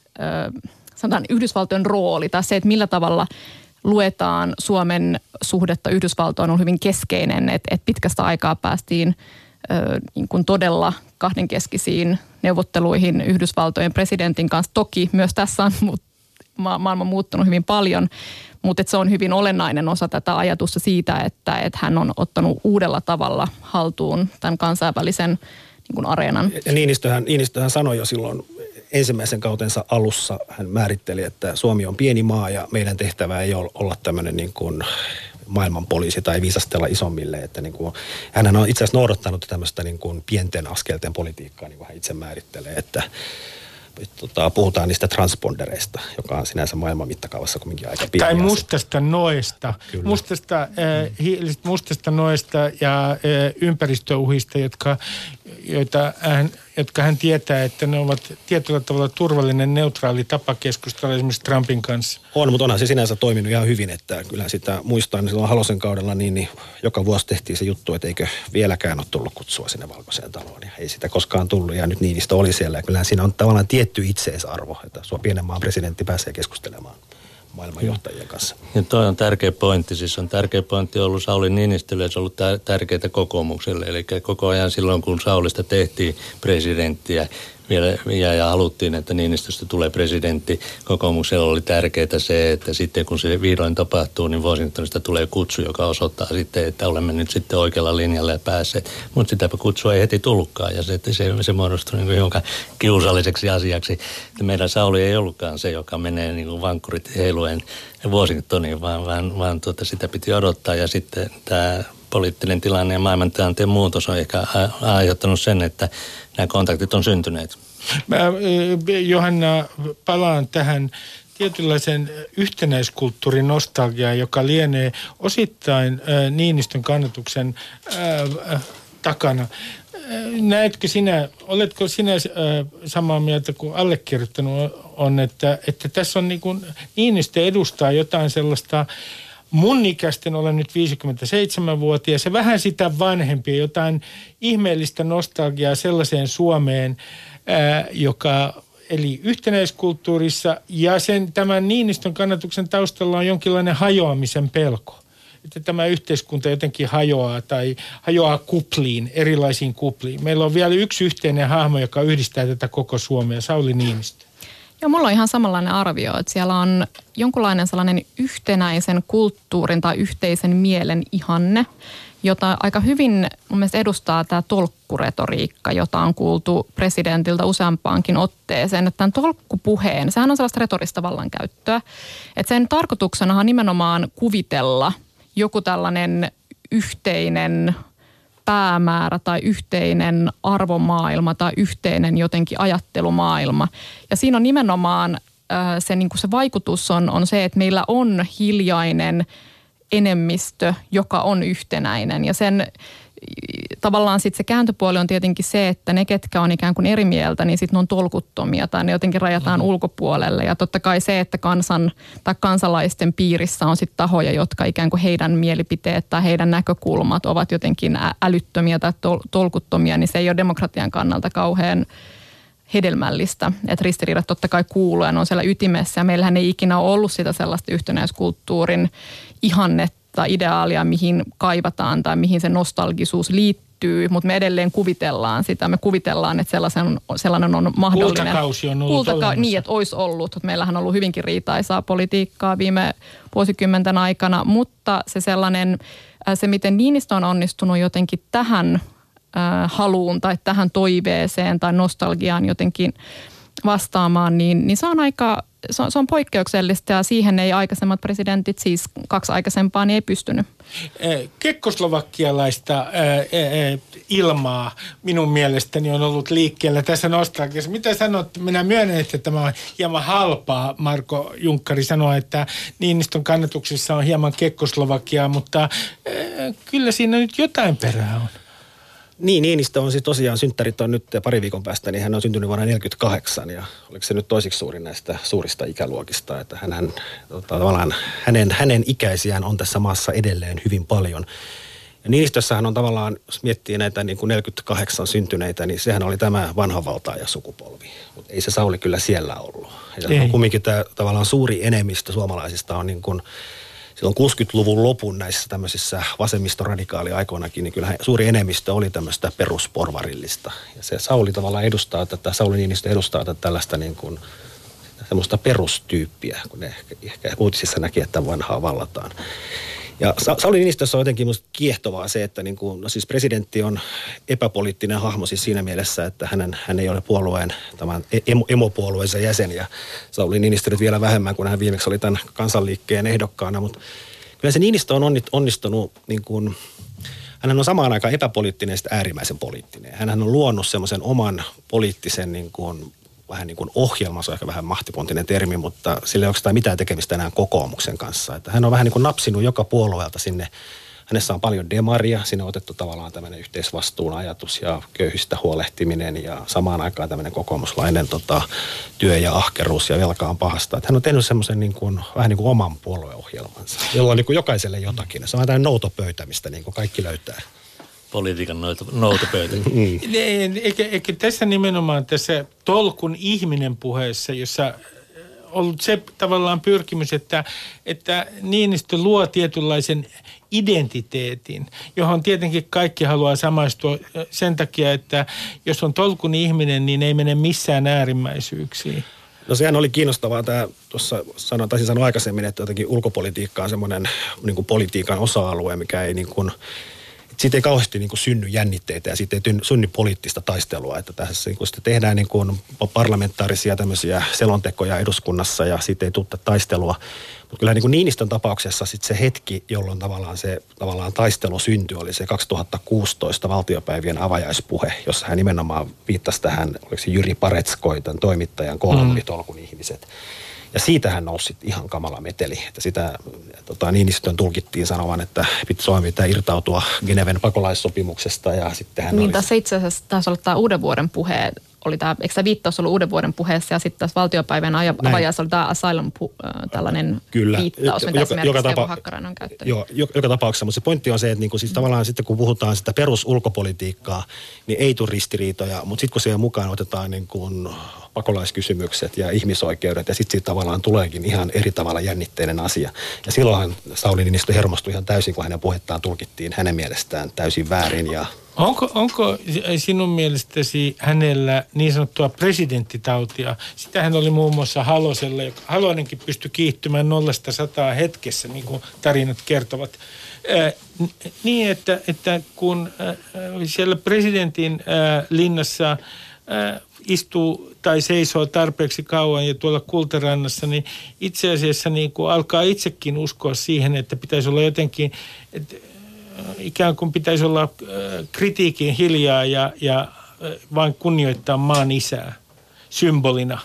rooli tai se, että millä tavalla luetaan Suomen suhdetta Yhdysvaltoon on hyvin keskeinen, että pitkästä aikaa päästiin niin kuin todella kahdenkeskisiin neuvotteluihin Yhdysvaltojen presidentin kanssa. Toki myös tässä on maailma muuttunut hyvin paljon, mutta se on hyvin olennainen osa tätä ajatusta siitä, että hän on ottanut uudella tavalla haltuun tämän kansainvälisen niin kuin areenan. Ja Niinistöhän sanoi jo silloin ensimmäisen kautensa alussa, hän määritteli, että Suomi on pieni maa ja meidän tehtävä ei olla tämmöinen niin kuin maailmanpoliisi tai viisastella isommille. Että niin kuin, hän on itse asiassa noudattanut tämmöistä niin kuin pienten askelten politiikkaa, niin kuin hän itse määrittelee, että puhutaan niistä transpondereista, joka on sinänsä maailman mittakaavassa kuitenkin aika pieni tai asia. mustasta noesta. Mustasta noesta ja ympäristöuhista, jotka hän tietää, että ne ovat tietyllä tavalla turvallinen, neutraali tapa keskustella esimerkiksi Trumpin kanssa. On, mutta onhan se sinänsä toiminut ihan hyvin, että kyllähän sitä muistaa, niin silloin Halosen kaudella niin joka vuosi tehtiin se juttu, että eikö vieläkään ole tullut kutsua sinne Valkoiseen taloon. Ja ei sitä koskaan tullut ja nyt Niinistö oli siellä ja kyllähän siinä on tavallaan tietty itseisarvo, että pienen maan presidentti pääsee keskustelemaan maailmanjohtajien kanssa. Ja toi on tärkeä pointti. Siis on tärkeä pointti ollut Sauli Niinistölle ja se on ollut tärkeää kokoomukselle. Eli koko ajan silloin, kun Saulista tehtiin presidenttiä ja haluttiin, että Niinistöstä tulee presidentti, kokoomuksella oli tärkeää se, että sitten kun se vihdoin tapahtuu, niin Washingtonista tulee kutsu, joka osoittaa sitten, että olemme nyt sitten oikealla linjalla ja päässeet. Mutta sitäpä kutsua ei heti tullutkaan ja se muodostui niin kuin jonka kiusalliseksi asiaksi. Että meidän Sauli ei ollutkaan se, joka menee niin kuin vankkurit heiluen Washingtoniin, vaan sitä piti odottaa ja sitten tämä poliittinen tilanne ja maailmantilanteen muutos on ehkä aiheuttanut sen, että nämä kontaktit on syntyneet. Johanna, palaan tähän tietynlaisen yhtenäiskulttuurin nostalgiaan, joka lienee osittain Niinistön kannatuksen takana. Oletko sinä samaa mieltä kuin allekirjoittanut on, että tässä on niin kuin Niinistö edustaa jotain sellaista mun ikäisten, olen nyt 57-vuotias ja vähän sitä vanhempia, jotain ihmeellistä nostalgiaa sellaiseen Suomeen, joka eli yhtenäiskulttuurissa ja tämän Niinistön kannatuksen taustalla on jonkinlainen hajoamisen pelko. Että tämä yhteiskunta jotenkin hajoaa tai hajoaa kupliin, erilaisiin kupliin. Meillä on vielä yksi yhteinen hahmo, joka yhdistää tätä koko Suomea, Sauli Niinistö. Joo, mulla on ihan samanlainen arvio, että siellä on jonkunlainen sellainen yhtenäisen kulttuurin tai yhteisen mielen ihanne, jota aika hyvin mun mielestä edustaa tämä tolkkuretoriikka, jota on kuultu presidentiltä useampaankin otteeseen. Että tämän tolkkupuheen, sehän on sellaista retorista vallankäyttöä, että sen tarkoituksena on nimenomaan kuvitella joku tällainen yhteinen päämäärä tai yhteinen arvomaailma tai yhteinen jotenkin ajattelumaailma. Ja siinä on nimenomaan se vaikutus on se, että meillä on hiljainen enemmistö, joka on yhtenäinen. Ja sen tavallaan sitten se kääntöpuoli on tietenkin se, että ne, ketkä on ikään kuin eri mieltä, niin sitten ne on tolkuttomia tai ne jotenkin rajataan ulkopuolelle. Ja totta kai se, että kansalaisten piirissä on sitten tahoja, jotka ikään kuin heidän mielipiteet tai heidän näkökulmat ovat jotenkin älyttömiä tai tolkuttomia, niin se ei ole demokratian kannalta kauhean hedelmällistä. Että ristiriidat totta kai kuuluu ja ne on siellä ytimessä ja meillähän ei ikinä ole ollut sitä sellaista yhtenäiskulttuurin ihannetta, ideaalia, mihin kaivataan tai mihin se nostalgisuus liittyy, mutta me edelleen kuvitellaan sitä. Me kuvitellaan, että sellainen on mahdollinen. Kultakausi on ollut olemassa. Niin, että olisi ollut. Meillähän on ollut hyvinkin riitaisaa politiikkaa viime vuosikymmenten aikana, mutta se miten Niinistö on onnistunut jotenkin tähän haluun tai tähän toiveeseen tai nostalgiaan jotenkin vastaamaan, niin se on aika se on poikkeuksellista ja siihen ei aikaisemmat presidentit, siis 2 aikaisempaa, niin ei pystynyt. Kekkoslovakialaista ilmaa minun mielestäni on ollut liikkeellä tässä nostalgiassa. Mitä sanot? Minä myönnän, että tämä on hieman halpaa. Marko Junkkari sanoi, että Niinistön kannatuksissa on hieman Kekkoslovakiaa, mutta kyllä siinä nyt jotain perää on. Niin, Niinistö on siis tosiaan synttärit on nyt pari viikon päästä, niin hän on syntynyt vuonna 1948 ja oliko se nyt toisiksi suurin näistä suurista ikäluokista, että hänen ikäisiään on tässä maassa edelleen hyvin paljon. Ja Niinistössähän on tavallaan, jos miettii näitä niin kuin 48 syntyneitä, niin sehän oli tämä vanha valtaaja sukupolvi, mutta ei se Sauli kyllä siellä ollut. Ja on kumminkin tämä tavallaan suuri enemmistö suomalaisista on niin kuin silloin 60-luvun lopun näissä tämmöisissä vasemmistoradikaaliaikoinakin, niin kyllähän suuri enemmistö oli tämmöistä perusporvarillista. Ja se Sauli tavallaan Sauli Niinistö edustaa tällaista niin kuin semmoista perustyyppiä, kun ne ehkä uutisissa näki, että vanhaa vallataan. Ja Sauli Niinistössä on jotenkin musta kiehtovaa se, että niin kuin, no siis presidentti on epäpoliittinen hahmo siis siinä mielessä, että hän ei ole puolueen, tämän emopuolueensa jäsen ja Sauli Niinistö nyt vielä vähemmän, kun hän viimeksi oli tämän kansanliikkeen ehdokkaana, mutta kyllä se Niinistö on onnistunut niin kuin, hän on samaan aikaan epäpoliittinen ja sitten äärimmäisen poliittinen. Hän on luonut semmoisen oman poliittisen niin kuin, vähän niin kuin ohjelma, se on ehkä vähän mahtipontinen termi, mutta sillä ei oikeastaan mitään tekemistä enää kokoomuksen kanssa. Että hän on vähän niin kuin napsinut joka puolueelta sinne. Hänessä on paljon demaria, sinne on otettu tavallaan tämmöinen yhteisvastuun ajatus ja köyhistä huolehtiminen ja samaan aikaan tämmöinen kokoomuslainen työ ja ahkeruus ja velka on pahasta. Että hän on tehnyt semmoisen niin kuin, vähän niin kuin oman puolueohjelmansa, jolla on niin kuin jokaiselle jotakin. Se on tämmöinen noutopöytä, mistä niin kuin kaikki löytää. Politiikan noutopöytä. Eikä tässä nimenomaan tässä tolkun ihminen puheessa, jossa ollut se tavallaan pyrkimys, että Niinistö luo tietynlaisen identiteetin, johon tietenkin kaikki haluaa samaistua sen takia, että jos on tolkun ihminen, niin ei mene missään äärimmäisyyksiin. No sehän oli kiinnostavaa, tuossa taisin sanoa aikaisemmin, että jotenkin ulkopolitiikka on semmoinen niin kuin politiikan osa-alue, mikä ei niin kuin, siitä ei kauheasti niin kuin synny jännitteitä ja siitä ei synny poliittista taistelua, että tässä niin kuin sitten tehdään niin kuin parlamentaarisia tämmöisiä selontekoja eduskunnassa ja siitä ei tule taistelua. Mutta kyllä niin kuin Niinistön tapauksessa sitten se hetki, jolloin tavallaan taistelu syntyi, oli se 2016 valtiopäivien avajaispuhe, jossa hän nimenomaan viittasi tähän, oliko se Jyri Paretskoi, tämän toimittajan kolumnitolkun ihmiset. Ja siitähän nousi ihan kamala meteli, että sitä Niinistön tulkittiin sanovan, että Suomi pitää irtautua Geneven pakolaissopimuksesta ja sitten hän niin tässä itse asiassa taisi olla tämä uuden vuoden puhe, oli tämä, eikö tämä viittaus ollut uuden vuoden puheessa ja sitten tässä valtiopäivän avajaisessa oli tämä asylum tällainen viittaus, mitä esimerkiksi Teuvo Hakkarainen on käyttänyt. Joo, joka tapauksessa, mutta se pointti on se, että niinku siis tavallaan sitten kun puhutaan sitä perusulkopolitiikkaa, niin ei tule ristiriitoja, mutta sitten kun siihen mukaan otetaan niin kuin pakolaiskysymykset ja ihmisoikeudet ja sitten siitä tavallaan tuleekin ihan eri tavalla jännitteinen asia. Ja silloinhan Sauli Niinistö hermostui ihan täysin, kun hänen puhettaan tulkittiin hänen mielestään täysin väärin. Ja Onko sinun mielestäsi hänellä niin sanottua presidenttitautia? Sitähän oli muun muassa Halosella, joka Halonenkin pystyi kiihtymään 0-100 hetkessä, niin kuin tarinat kertovat. Niin, että kun siellä presidentin linnassa istuu tai seisoo tarpeeksi kauan ja tuolla Kultarannassa, niin itse asiassa niin kuin alkaa itsekin uskoa siihen, että pitäisi olla jotenkin, että ikään kuin pitäisi olla kritiikin hiljaa ja vain kunnioittaa maan isää symbolina.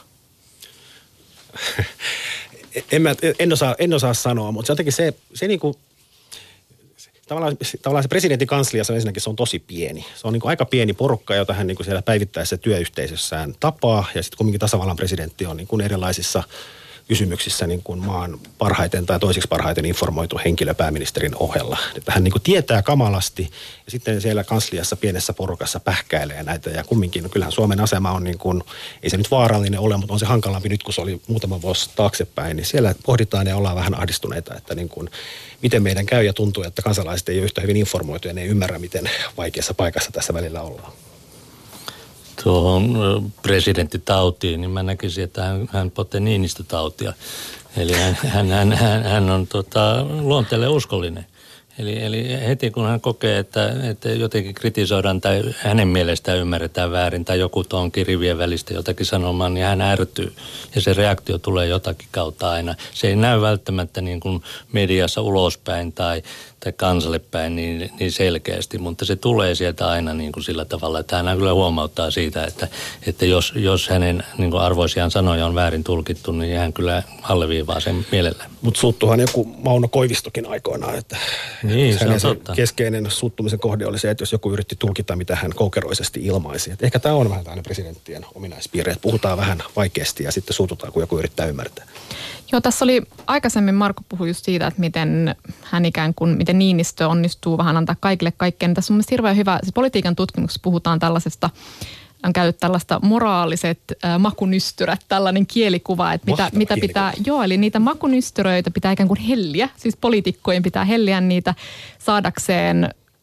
En osaa sanoa, mutta se jotenkin se niin kuin tavallaan se presidentin kansliassa ensinnäkin se on tosi pieni. Se on niin kuin aika pieni porukka, jota hän niin kuin siellä päivittäisessä työyhteisössään tapaa. Ja sitten kumminkin tasavallan presidentti on niin kuin erilaisissa kysymyksissä niin kuin maan parhaiten tai toisiksi parhaiten informoitu henkilö pääministerin ohella. Että hän niin kuin tietää kamalasti ja sitten siellä kansliassa pienessä porukassa pähkäilee näitä. Ja kumminkin, no kyllähän Suomen asema on niin kuin, ei se nyt vaarallinen ole, mutta on se hankalampi nyt, kun se oli muutama vuosi taaksepäin. Niin siellä pohditaan ja ollaan vähän ahdistuneita, että niin kuin, miten meidän käy ja tuntuu, että kansalaiset ei ole yhtä hyvin informoitu ja ne ei ymmärrä, miten vaikeassa paikassa tässä välillä ollaan. Tuohon presidenttitautiin, niin mä näkisin, että hän potee Niinistö-tautia. Eli hän on luonteelle uskollinen. Eli heti kun hän kokee, että jotenkin kritisoidaan tai hänen mielestään ymmärretään väärin tai joku tuonkin rivien välistä jotakin sanomaan, niin hän ärtyy. Ja se reaktio tulee jotakin kautta aina. Se ei näy välttämättä niin kuin mediassa ulospäin tai kansalle päin niin selkeästi, mutta se tulee sieltä aina niin kuin sillä tavalla, että hän kyllä huomauttaa siitä, että jos hänen niin kuin arvoisiaan sanoja on väärin tulkittu, niin hän kyllä alleviivaa sen mielellään. Mutta suuttuhan joku Mauno Koivistokin aikoinaan, että niin, se on totta. Keskeinen suuttumisen kohde oli se, että jos joku yritti tulkita, mitä hän koukeroisesti ilmaisi. Et ehkä tämä on vähän tämmöinen presidenttien ominaispiirre, että puhutaan vähän vaikeasti ja sitten suututaan, kun joku yrittää ymmärtää. Joo, tässä oli aikaisemmin Marko puhui just siitä, että miten hän ikään kuin, miten Niinistö onnistuu vähän antaa kaikille kaikkeen. Tässä on mielestäni hirveän hyvä, siis politiikan tutkimuksessa puhutaan tällaisesta, on käyty tällaista moraaliset makunystyrät, tällainen kielikuva, että mitä pitää, joo, eli niitä makunystyröitä pitää ikään kuin helliä, siis poliitikkojen pitää helliä niitä saadakseen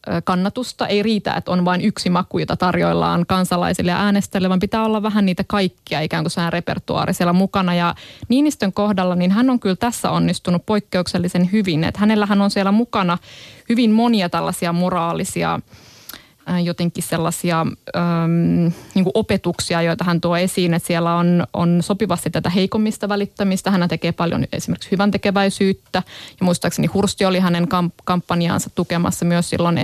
kannatusta. Ei riitä, että on vain yksi maku, jota tarjoillaan kansalaisille ja äänestäjille, vaan pitää olla vähän niitä kaikkia ikään kuin sään repertuaari siellä mukana. Ja Niinistön kohdalla, niin hän on kyllä tässä onnistunut poikkeuksellisen hyvin. Että hänellähän on siellä mukana hyvin monia tällaisia moraalisia jotenkin sellaisia niin kuin opetuksia, joita hän tuo esiin, että siellä on sopivasti tätä heikommista välittämistä. Hän tekee paljon esimerkiksi hyväntekeväisyyttä ja muistaakseni Hursti oli hänen kampanjaansa tukemassa myös silloin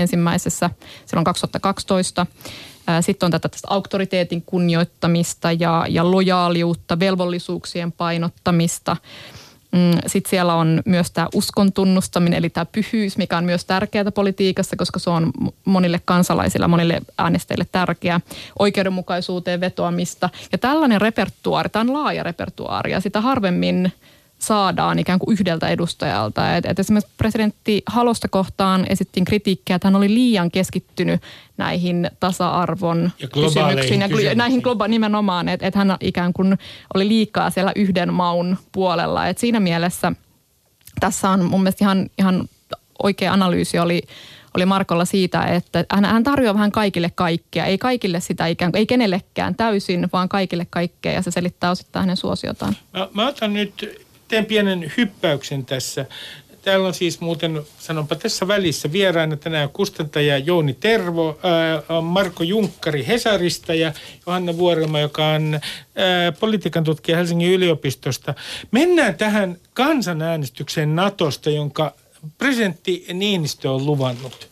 2012. Sitten on tätä auktoriteetin kunnioittamista ja lojaaliutta, velvollisuuksien painottamista. Sitten siellä on myös tämä uskon tunnustaminen, eli tämä pyhyys, mikä on myös tärkeää politiikassa, koska se on monille kansalaisille, monille äänestäjille tärkeää. Oikeudenmukaisuuteen vetoamista. Ja tällainen repertuaari, tämä on laaja repertuaari, ja sitä harvemmin saadaan ikään kuin yhdeltä edustajalta. Et esimerkiksi presidentti Halosta kohtaan esittiin kritiikkiä, että hän oli liian keskittynyt näihin tasa-arvon kysymyksiin. Ja näihin nimenomaan, että hän ikään kuin oli liikaa siellä yhden maun puolella. Et siinä mielessä tässä on mun mielestä ihan oikea analyysi oli Markolla siitä, että hän tarjoaa vähän kaikille kaikkea. Ei kaikille sitä ikään kuin, ei kenellekään täysin, vaan kaikille kaikkea, ja se selittää osittain hänen suosiotaan. Mä otan nyt, teen pienen hyppäyksen tässä. Täällä on siis muuten, sanonpa tässä välissä, vieraana tänään kustantaja Jouni Tervo, Marko Junkkari Hesarista ja Johanna Vuorelma, joka on politiikan tutkija Helsingin yliopistosta. Mennään tähän kansanäänestykseen Natosta, jonka presidentti Niinistö on luvannut.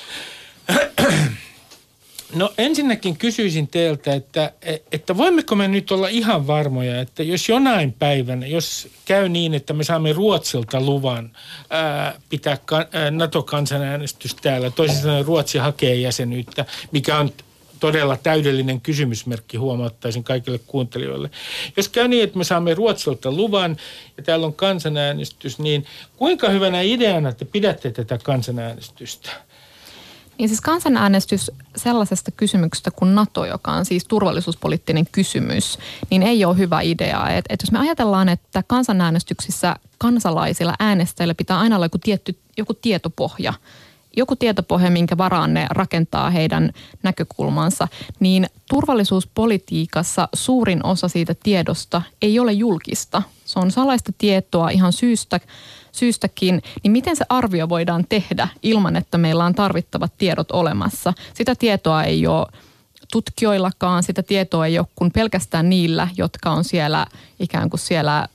No ensinnäkin kysyisin teiltä, että voimmeko me nyt olla ihan varmoja, että jos jonain päivänä, jos käy niin, että me saamme Ruotsilta luvan pitää NATO-kansanäänestys täällä, toisin sanoen Ruotsi hakee jäsenyyttä, mikä on todella täydellinen kysymysmerkki, huomauttaisin kaikille kuuntelijoille. Jos käy niin, että me saamme Ruotsilta luvan ja täällä on kansanäänestys, niin kuinka hyvänä ideana te pidätte tätä kansanäänestystä? Niin siis kansanäänestys sellaisesta kysymyksestä kuin NATO, joka on siis turvallisuuspoliittinen kysymys, niin ei ole hyvä idea. Et jos me ajatellaan, että kansanäänestyksissä kansalaisilla äänestäjillä pitää aina olla joku tietopohja, minkä varaan ne rakentaa heidän näkökulmansa, niin turvallisuuspolitiikassa suurin osa siitä tiedosta ei ole julkista. Se on salaista tietoa ihan syystäkin, niin miten se arvio voidaan tehdä ilman, että meillä on tarvittavat tiedot olemassa? Sitä tietoa ei ole tutkijoillakaan, sitä tietoa ei ole kuin pelkästään niillä, jotka on siellä ikään kuin siellä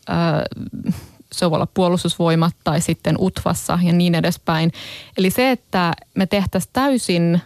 se voi olla puolustusvoimat tai sitten UTVassa ja niin edespäin. Eli se, että me tehtäisiin täysin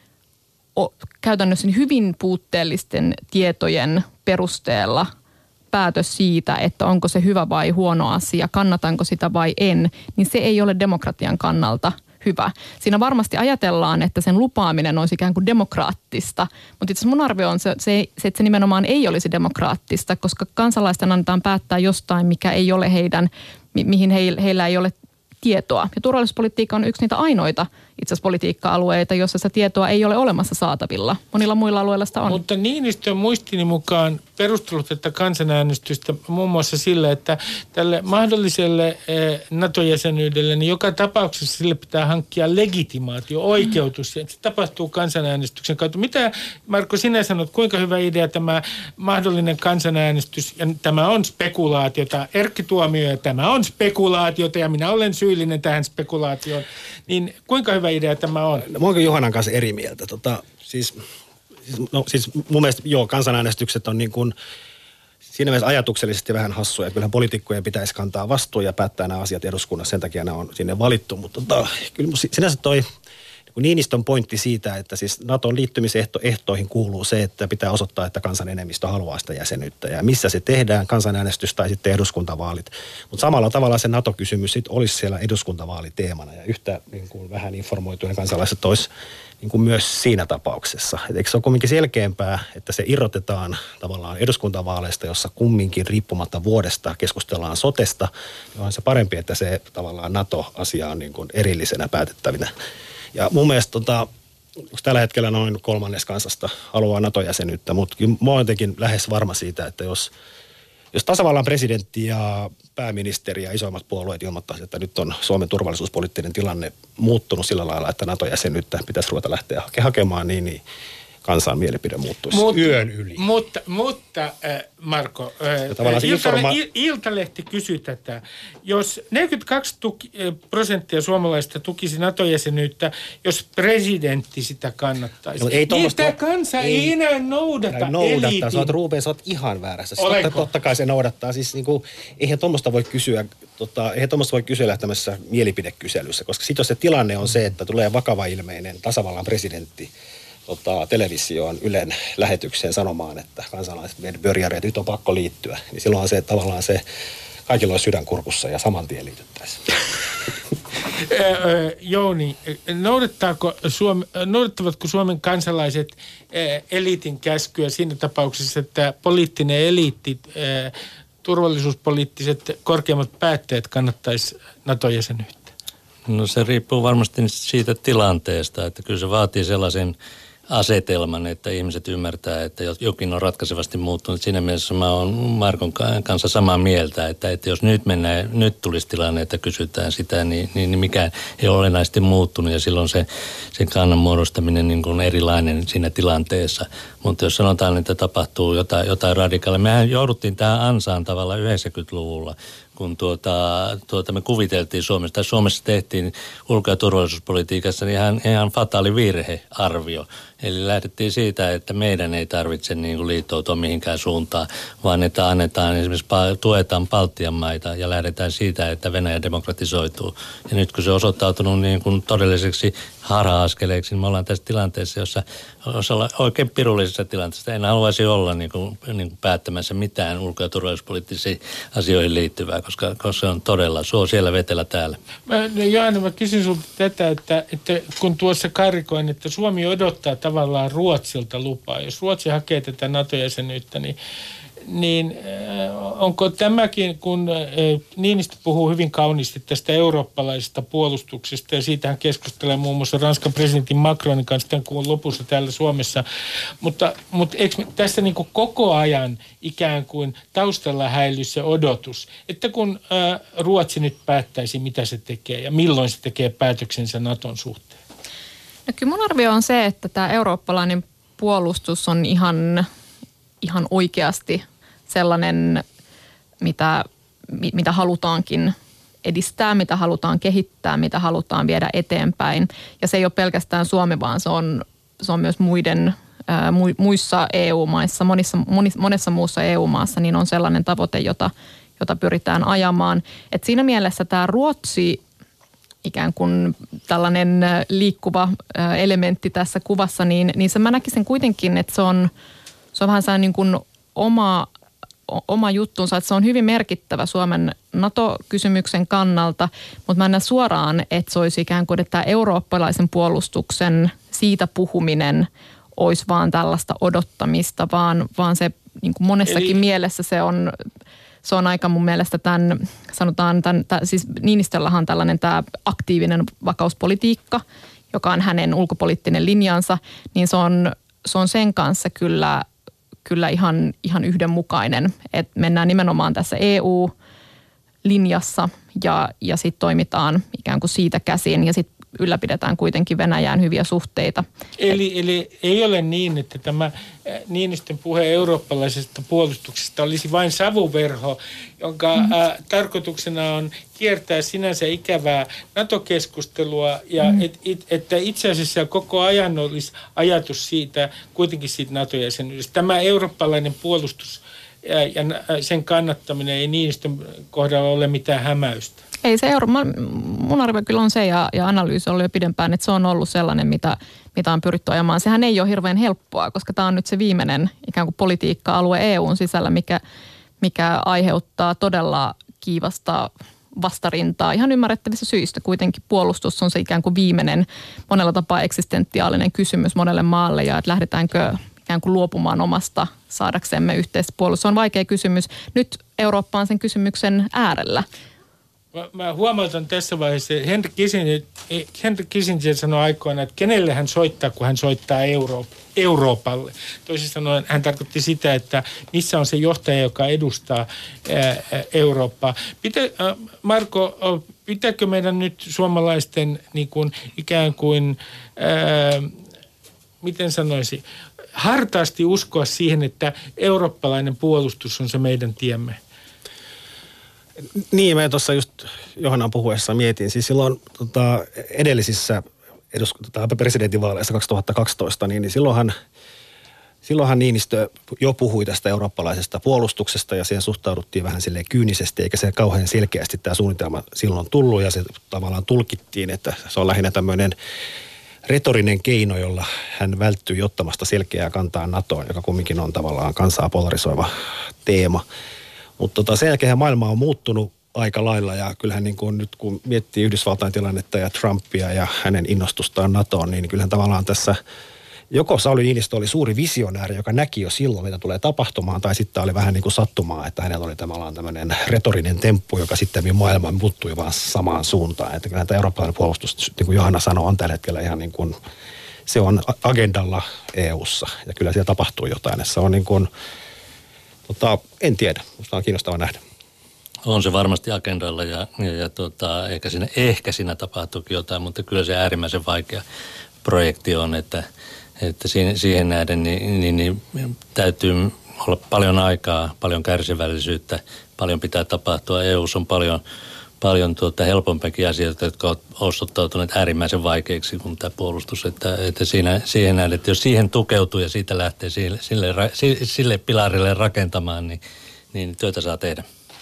käytännössä hyvin puutteellisten tietojen perusteella päätös siitä, että onko se hyvä vai huono asia, kannatanko sitä vai en, niin se ei ole demokratian kannalta hyvä. Siinä varmasti ajatellaan, että sen lupaaminen olisi ikään kuin demokraattista, mutta itse asiassa mun arvio on se, että se nimenomaan ei olisi demokraattista, koska kansalaisten annetaan päättää jostain, mikä ei ole mihin heillä ei ole tietoa. Ja turvallisuuspolitiikka on yksi niitä ainoita itse asiassa politiikka-alueita, jossa sitä tietoa ei ole olemassa saatavilla. Monilla muilla alueilla sitä on. Mutta Niinistön muistini mukaan perustelut tätä kansanäänestystä muun muassa sillä, että tälle mahdolliselle NATO-jäsenyydelle, niin joka tapauksessa sille pitää hankkia legitimaatio, oikeutus. Ja se tapahtuu kansanäänestyksen kautta. Mitä, Marko, sinä sanot, kuinka hyvä idea tämä mahdollinen kansanäänestys, ja tämä on spekulaatiota, Erkki Tuomioja, tämä on spekulaatiota, ja minä olen syyllinen tähän spekulaatioon, niin kuinka hyvä idea tämä on? Mä oonko Johannan kanssa eri mieltä. Siis mun mielestä kansanäänestykset on niin kuin siinä mielessä ajatuksellisesti vähän hassuja. Kyllähän poliitikkojen pitäisi kantaa vastuu ja päättää nämä asiat eduskunnassa. Sen takia nämä on sinne valittu. Mutta kyllä sinänsä toi Niinistön pointti siitä, että siis Naton liittymisehtoihin kuuluu se, että pitää osoittaa, että kansan enemmistö haluaa sitä jäsenyyttä. Ja missä se tehdään, kansanäänestys tai sitten eduskuntavaalit. Mutta samalla tavalla se NATO-kysymys sitten olisi siellä eduskuntavaaliteemana. Ja yhtä niin kuin vähän informoitujen kansalaiset olisi niin kuin myös siinä tapauksessa. Et eikö se ole kumminkin selkeämpää, että se irrotetaan tavallaan eduskuntavaaleista, jossa kumminkin riippumatta vuodesta keskustellaan sotesta. On se parempi, että se tavallaan NATO-asia on niin kuin erillisenä päätettävinä. Ja mun mielestä tällä hetkellä noin 1/3 kansasta haluaa NATO-jäsenyyttä, mutta kyllä mä oon jotenkin lähes varma siitä, että jos Jos tasavallan presidentti ja pääministeri ja isoimmat puolueet ilmoittaisivat, että nyt on Suomen turvallisuuspoliittinen tilanne muuttunut sillä lailla, että NATO-jäsenyyttä pitäisi ruveta lähteä hakemaan, niin kansan mielipide muuttuisi yön yli. Mutta Marko, Iltalehti kysyi tätä. Jos 42% suomalaisista tukisi NATO-jäsenyyttä, jos presidentti sitä kannattaisi, niin tämä kansa ei enää noudata eliitin. Sä oot ihan väärässä. Totta kai se noudattaa. Siis eihän tuommoista voi kysyä, tämmöisessä mielipidekyselyssä, koska sitten jos se tilanne on se, että tulee vakava ilmeinen tasavallan presidentti televisioon Ylen lähetykseen sanomaan, että kansalaiset börjäreet, nyt on pakko liittyä, niin silloinhan se tavallaan se kaikilla olisi sydänkurkussa ja saman tien liityttäisiin. Jouni, noudattavatko Suomen kansalaiset eliitin käskyä siinä tapauksessa, että poliittinen eliitti, turvallisuuspoliittiset korkeammat päättäjät kannattaisi NATO-jäsenyyttä? No se riippuu varmasti siitä tilanteesta, että kyllä se vaatii sellaisen asetelman, että ihmiset ymmärtää, että jokin on ratkaisevasti muuttunut. Siinä mielessä mä oon Markon kanssa samaa mieltä, että jos nyt tulisi tilanne, että kysytään sitä, niin mikään ei ole olennaisesti muuttunut ja silloin sen kannan muodostaminen niin kuin erilainen siinä tilanteessa. Mutta jos sanotaan, että tapahtuu jotain radikaalia, mehän jouduttiin tähän ansaan tavallaan 90-luvulla, kun me kuviteltiin Suomessa tehtiin ulko- ja turvallisuuspolitiikassa niin ihan fataali virhearvio. Eli lähdettiin siitä, että meidän ei tarvitse niin kuin liittoutua mihinkään suuntaan, vaan että annetaan esimerkiksi tuetaan Baltian maita ja lähdetään siitä, että Venäjä demokratisoituu. Ja nyt kun se on osoittautunut niin kuin todelliseksi harha-askeleeksi, niin me ollaan tässä tilanteessa, jossa ollaan oikein pirullisessa tilanteessa. En haluaisi olla niin kuin päättämässä mitään ulko- ja turvallisuuspoliittisiin asioihin liittyvää, koska se on todella suo siellä vetellä täällä. Johanna, mä kysyn sulta tätä, että kun tuossa karikoin, että Suomi odottaa tavallaan Ruotsilta lupaa. Jos Ruotsi hakee tätä NATO-jäsenyyttä, niin onko tämäkin, kun Niinistö puhuu hyvin kauniisti tästä eurooppalaisesta puolustuksesta ja siitähän keskustelee muun muassa Ranskan presidentin Macronin kanssa tämän kuun lopussa täällä Suomessa, mutta eikö tässä niin kuin koko ajan ikään kuin taustalla häilyisi se odotus, että kun Ruotsi nyt päättäisi, mitä se tekee ja milloin se tekee päätöksensä Naton suhteen? No kyllä mun arvio on se, että tämä eurooppalainen puolustus on ihan oikeasti sellainen, mitä halutaankin edistää, mitä halutaan kehittää, mitä halutaan viedä eteenpäin. Ja se ei ole pelkästään Suomi, vaan se on myös muissa EU-maissa, monessa muussa EU-maassa, niin on sellainen tavoite, jota pyritään ajamaan. Et siinä mielessä tämä Ruotsi ikään kuin tällainen liikkuva elementti tässä kuvassa, niin se mä näkisin kuitenkin, että se on vähän sellainen niin kuin oma juttunsa, että se on hyvin merkittävä Suomen NATO-kysymyksen kannalta, mutta mä en näe suoraan, että se olisi ikään kuin, että tämä eurooppalaisen puolustuksen siitä puhuminen olisi vaan tällaista odottamista, vaan se niin kuin monessakin mielessä se on aika mun mielestä siis Niinistöllähän on tällainen tämä aktiivinen vakauspolitiikka, joka on hänen ulkopoliittinen linjansa, niin se on sen kanssa kyllä ihan yhdenmukainen, että mennään nimenomaan tässä EU-linjassa ja sitten toimitaan ikään kuin siitä käsin ja sitten ylläpidetään kuitenkin Venäjään hyviä suhteita. Eli ei ole niin, että tämä Niinistön puhe eurooppalaisesta puolustuksesta olisi vain savuverho, jonka tarkoituksena on kiertää sinänsä ikävää NATO-keskustelua ja että itse asiassa koko ajan olisi ajatus kuitenkin siitä NATO-jäsenyydestä. Tämä eurooppalainen puolustus ja sen kannattaminen ei Niinistön kohdalla ole mitään hämäystä. Ei se mun arvio kyllä on se ja analyysi oli jo pidempään, että se on ollut sellainen, mitä on pyritty ajamaan. Sehän ei ole hirveän helppoa, koska tämä on nyt se viimeinen ikään kuin politiikka-alue EUn sisällä, mikä aiheuttaa todella kiivasta vastarintaa ihan ymmärrettävissä syistä. Kuitenkin puolustus on se ikään kuin viimeinen monella tapaa eksistentiaalinen kysymys monelle maalle ja että lähdetäänkö ikään kuin luopumaan omasta saadaksemme yhteistä puolustusta. Se on vaikea kysymys. Nyt Eurooppa on sen kysymyksen äärellä. Mä huomautan tässä vaiheessa, Henry Kissinger sanoi aikoina, että kenelle hän soittaa, kun hän soittaa Eurooppaan. Euroopalle. Toisin sanoen hän tarkoitti sitä, että missä on se johtaja, joka edustaa Eurooppaa. Marko, pitääkö meidän nyt suomalaisten niin kuin, ikään kuin, miten sanoisi, hartaasti uskoa siihen, että eurooppalainen puolustus on se meidän tiemme? Niin, mä tuossa just Johannan puhuessa mietin. Siis silloin edellisissä presidentinvaaleissa 2012, niin silloinhan Niinistö jo puhui tästä eurooppalaisesta puolustuksesta ja siihen suhtauduttiin vähän silleen kyynisesti, eikä se kauhean selkeästi tämä suunnitelma silloin tullut ja se tavallaan tulkittiin, että se on lähinnä tämmöinen retorinen keino, jolla hän välttyy ottamasta selkeää kantaa NATOon, joka kumminkin on tavallaan kansaa polarisoiva teema. Mutta sen jälkeen maailma on muuttunut aika lailla ja kyllähän niin kuin nyt kun miettii Yhdysvaltain tilannetta ja Trumpia ja hänen innostustaan NATOon, niin kyllähän tavallaan tässä joko Sauli Niinistö oli suuri visionääri, joka näki jo silloin, mitä tulee tapahtumaan, tai sitten oli vähän niin kuin sattumaa, että hänellä oli tavallaan tämmöinen retorinen temppu, joka sitten maailma muuttui vaan samaan suuntaan. Että kyllähän tämä eurooppalainen puolustus, niin kuin Johanna sanoi, on tällä hetkellä ihan niin kuin, se on agendalla EU:ssa ja kyllä siellä tapahtuu jotain. Se on niin kuin, en tiedä, musta on kiinnostavaa nähdä. On se varmasti agendalla ja ehkä siinä tapahtuukin jotain, mutta kyllä se äärimmäisen vaikea projekti on, että siihen nähden niin täytyy olla paljon aikaa, paljon kärsivällisyyttä, paljon pitää tapahtua. EU:ssa on paljon helpompiakin asioita, jotka ovat osoittautuneet äärimmäisen vaikeiksi kuin tämä puolustus. Että siihen nähden, että jos siihen tukeutuu ja siitä lähtee sille pilarille rakentamaan, niin työtä saa tehdä.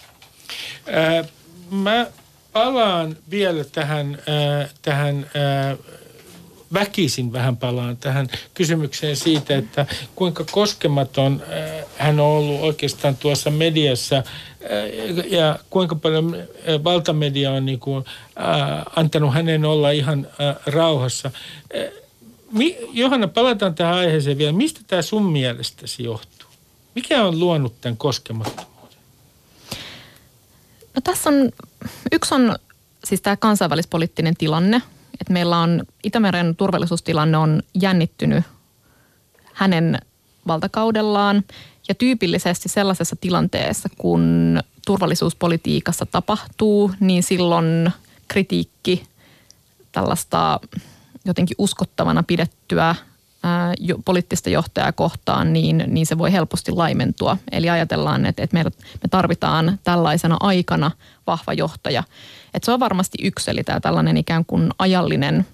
Mä palaan vielä tähän väkisin vähän palaan tähän kysymykseen siitä, että kuinka koskematon hän on ollut oikeastaan tuossa mediassa ja kuinka paljon valtamedia on niin kuin, antanut hänen olla ihan rauhassa. Johanna, palataan tähän aiheeseen vielä. Mistä tämä sun mielestäsi johtuu? Mikä on luonut tämän koskemattomuuden? No tässä yksi on siis tämä kansainvälispoliittinen tilanne. Että meillä on Itämeren turvallisuustilanne on jännittynyt hänen valtakaudellaan ja tyypillisesti sellaisessa tilanteessa, kun turvallisuuspolitiikassa tapahtuu, niin silloin kritiikki tällaista jotenkin uskottavana pidettyä poliittista johtajaa kohtaan, niin se voi helposti laimentua. Eli ajatellaan, että me tarvitaan tällaisena aikana vahva johtaja. Että se on varmasti yksi, eli tämä tällainen ikään kuin ajallinen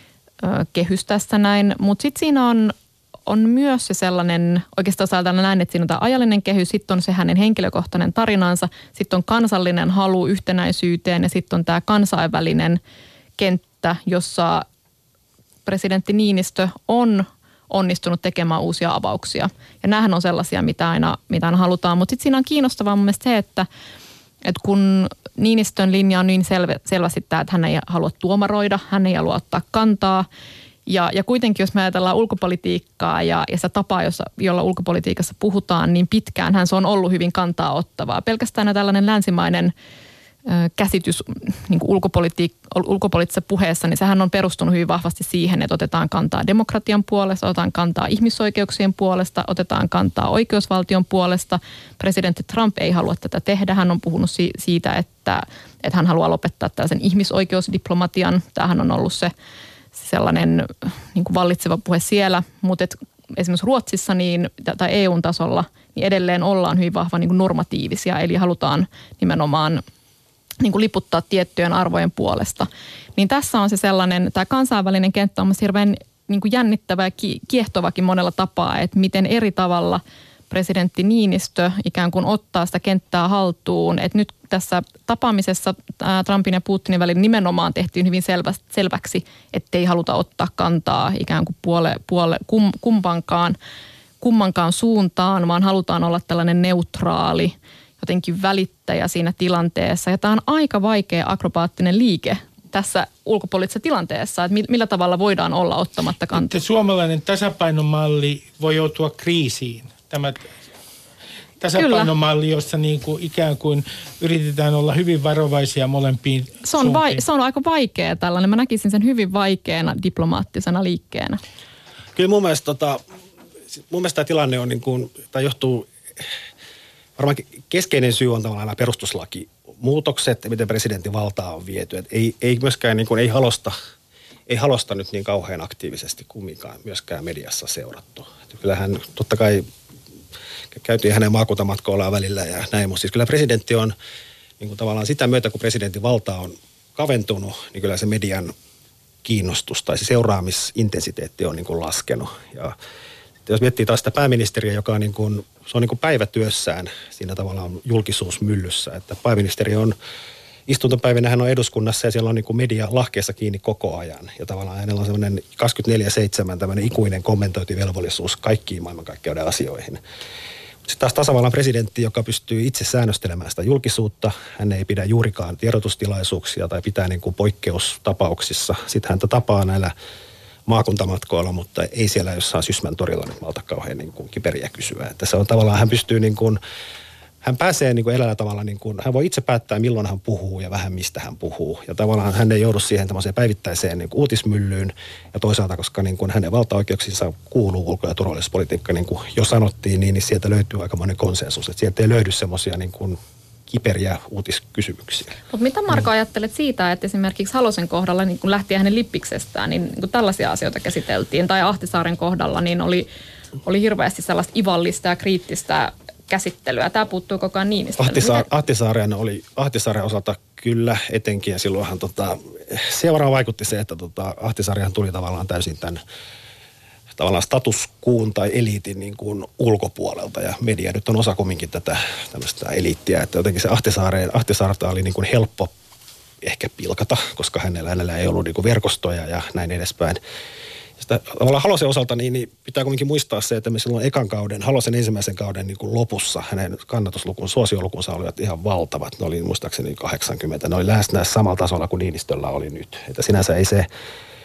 kehys tässä näin. Mutta sitten siinä on myös se sellainen, oikeastaan ajatellaan näin, että siinä on tämä ajallinen kehys, sitten on se hänen henkilökohtainen tarinansa, sitten on kansallinen halu yhtenäisyyteen ja sitten on tämä kansainvälinen kenttä, jossa presidentti Niinistö on onnistunut tekemään uusia avauksia. Ja näähän on sellaisia, mitä aina halutaan. Mutta sitten siinä on kiinnostavaa mun mielestä se, että kun Niinistön linja on niin selvästi tämä, että hän ei halua tuomaroida, hän ei halua ottaa kantaa. Ja kuitenkin, jos me ajatellaan ulkopolitiikkaa ja sitä tapaa, jolla ulkopolitiikassa puhutaan, niin pitkään se on ollut hyvin kantaa ottavaa. Pelkästään tällainen länsimainen käsitys niin kuin ulkopoliittisessa puheessa, niin sehän on perustunut hyvin vahvasti siihen, että otetaan kantaa demokratian puolesta, otetaan kantaa ihmisoikeuksien puolesta, otetaan kantaa oikeusvaltion puolesta. Presidentti Trump ei halua tätä tehdä. Hän on puhunut siitä, että hän haluaa lopettaa tällaisen ihmisoikeusdiplomatian. Tämähän on ollut se sellainen niin kuin vallitseva puhe siellä, mutta esimerkiksi Ruotsissa tai EUn tasolla niin edelleen ollaan hyvin vahva niin kuin normatiivisia, eli halutaan nimenomaan niin kuin liputtaa tiettyjen arvojen puolesta. Niin tässä on se sellainen, tämä kansainvälinen kenttä on hirveän niin kuin jännittävä ja kiehtovakin monella tapaa, että miten eri tavalla presidentti Niinistö ikään kuin ottaa sitä kenttää haltuun. Että nyt tässä tapaamisessa Trumpin ja Putinin välillä nimenomaan tehtiin hyvin selväksi, ettei haluta ottaa kantaa ikään kuin kummankaan suuntaan, vaan halutaan olla tällainen neutraali jotenkin välittäjä siinä tilanteessa. Ja tämä on aika vaikea akrobaattinen liike tässä ulkopoliittisessa tilanteessa, että millä tavalla voidaan olla ottamatta kantaa. Suomalainen tasapainomalli voi joutua kriisiin. Tämä tasapainomalli, jossa niin kuin ikään kuin yritetään olla hyvin varovaisia molempiin suuntiin. Se on aika vaikea tällainen. Mä näkisin sen hyvin vaikeana diplomaattisena liikkeenä. Kyllä mun mielestä Mun mielestä tämä tilanne on tai johtuu, varmaan keskeinen syy on tavallaan nämä perustuslakimuutokset ja miten presidentin valtaa on viety. Et ei myöskään ei halosta nyt niin kauhean aktiivisesti kumminkaan myöskään mediassa seurattu. Et kyllähän totta kai käytiin hänen maakuntamatkoillaan välillä ja näin, mutta siis kyllä presidentti on tavallaan sitä myötä, kun presidentin valta on kaventunut, niin kyllä se median kiinnostus tai se seuraamisintensiteetti on laskenut. Ja jos miettii taas sitä pääministeriä, joka on, se on päivätyössään siinä tavallaan julkisuusmyllyssä, että pääministeri on istuntopäivinä hän on eduskunnassa ja siellä on media lahkeessa kiinni koko ajan. Ja tavallaan hänellä on semmoinen 24/7 tämmöinen ikuinen kommentointivelvollisuus kaikkiin maailmankaikkeuden asioihin. Sitten taas tasavallan presidentti, joka pystyy itse säännöstelemään sitä julkisuutta, hän ei pidä juurikaan tiedotustilaisuuksia tai pitää poikkeustapauksissa. Sitten häntä tapaa näillä maakuntamatkoilla, mutta ei siellä jossain Sysmän torilla nyt malta kauhean kiperiä kysyä. Että se on tavallaan, hän pystyy hän pääsee eräällä tavalla, hän voi itse päättää milloin hän puhuu ja vähän mistä hän puhuu. Ja tavallaan hän ei joudu siihen tämmöiseen päivittäiseen uutismyllyyn. Ja toisaalta, koska hänen valtaoikeuksinsa kuuluu ulko- ja turvallisuuspolitiikka, niin kuin jo sanottiin, niin sieltä löytyy aikamoinen konsensus. Että sieltä ei löydy semmoisia kiperiä uutiskysymyksiä. Mutta mitä Marko ajattelet siitä, että esimerkiksi Halosen kohdalla, niin kun lähti hänen lippiksestään, niin tällaisia asioita käsiteltiin. Tai Ahtisaaren kohdalla niin oli hirveästi sellaista ivallista ja kriittistä käsittelyä. Tämä puuttuu koko ajan Niinistölle. Ahtisaaren osalta kyllä etenkin, ja silloinhan se varmaan vaikutti se, että Ahtisaarihan tuli tavallaan täysin tämän tavallaan statuskuun tai eliitin ulkopuolelta, ja media nyt on osa kumminkin tätä tämmöistä eliittiä, että jotenkin se Ahtisaarta oli helppo ehkä pilkata, koska hänellä ei ollut verkostoja ja näin edespäin. Halosen osalta niin pitää kuitenkin muistaa se, että me silloin Halosen ensimmäisen kauden lopussa hänen suosiolukunsa olivat ihan valtavat. Ne oli muistaakseni 80. Ne oli lähes samalla tasolla kuin Niinistöllä oli nyt. Että sinänsä ei se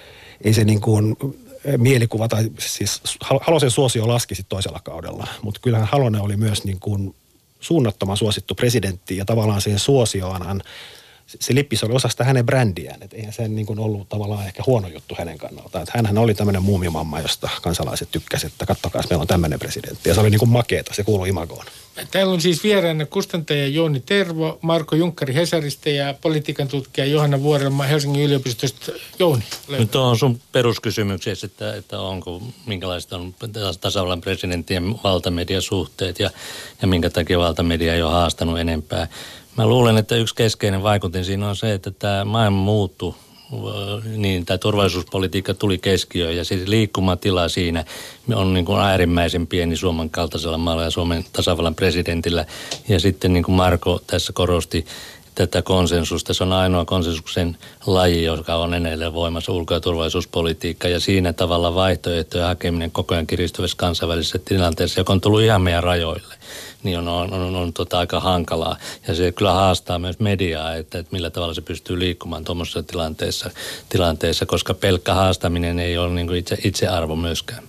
mielikuva tai siis Halosen suosio laski sitten toisella kaudella. Mutta kyllähän Halonen oli myös suunnattoman suosittu presidentti ja tavallaan siihen suosioonhan se lippis oli osa sitä hänen brändiään, että eihän se ollut tavallaan ehkä huono juttu hänen kannaltaan. Että hänhän oli tämmöinen muumimamma, josta kansalaiset tykkäsivät, että kattokaa, meillä on tämmöinen presidentti. Ja se oli makeeta, se kuului imagoon. Täällä on siis vieraana kustantaja Jouni Tervo, Marko Junkkari Hesarista ja politiikan tutkija Johanna Vuorelma Helsingin yliopistosta. Jouni. Nyt on sun peruskysymyksessä, että minkälaiset on tasavallan presidenttien valtamediasuhteet ja minkä takia valtamedia ei ole haastanut enempää. Mä luulen, että yksi keskeinen vaikutin siinä on se, että tämä maailma muuttui, niin tämä turvallisuuspolitiikka tuli keskiöön ja siis liikkumatila siinä on äärimmäisen pieni Suomen kaltaisella maalla ja Suomen tasavallan presidentillä. Ja sitten niin kuin Marko tässä korosti tätä konsensusta, se on ainoa konsensuksen laji, joka on edelleen voimassa ulko- ja turvallisuuspolitiikka ja siinä tavalla vaihtoehtojen hakeminen koko ajan kiristyvässä kansainvälisessä tilanteessa, joka on tullut ihan meidän rajoille. Niin on aika hankalaa. Ja se kyllä haastaa myös mediaa, että millä tavalla se pystyy liikkumaan tuommoisessa tilanteessa, koska pelkkä haastaminen ei ole itsearvo myöskään.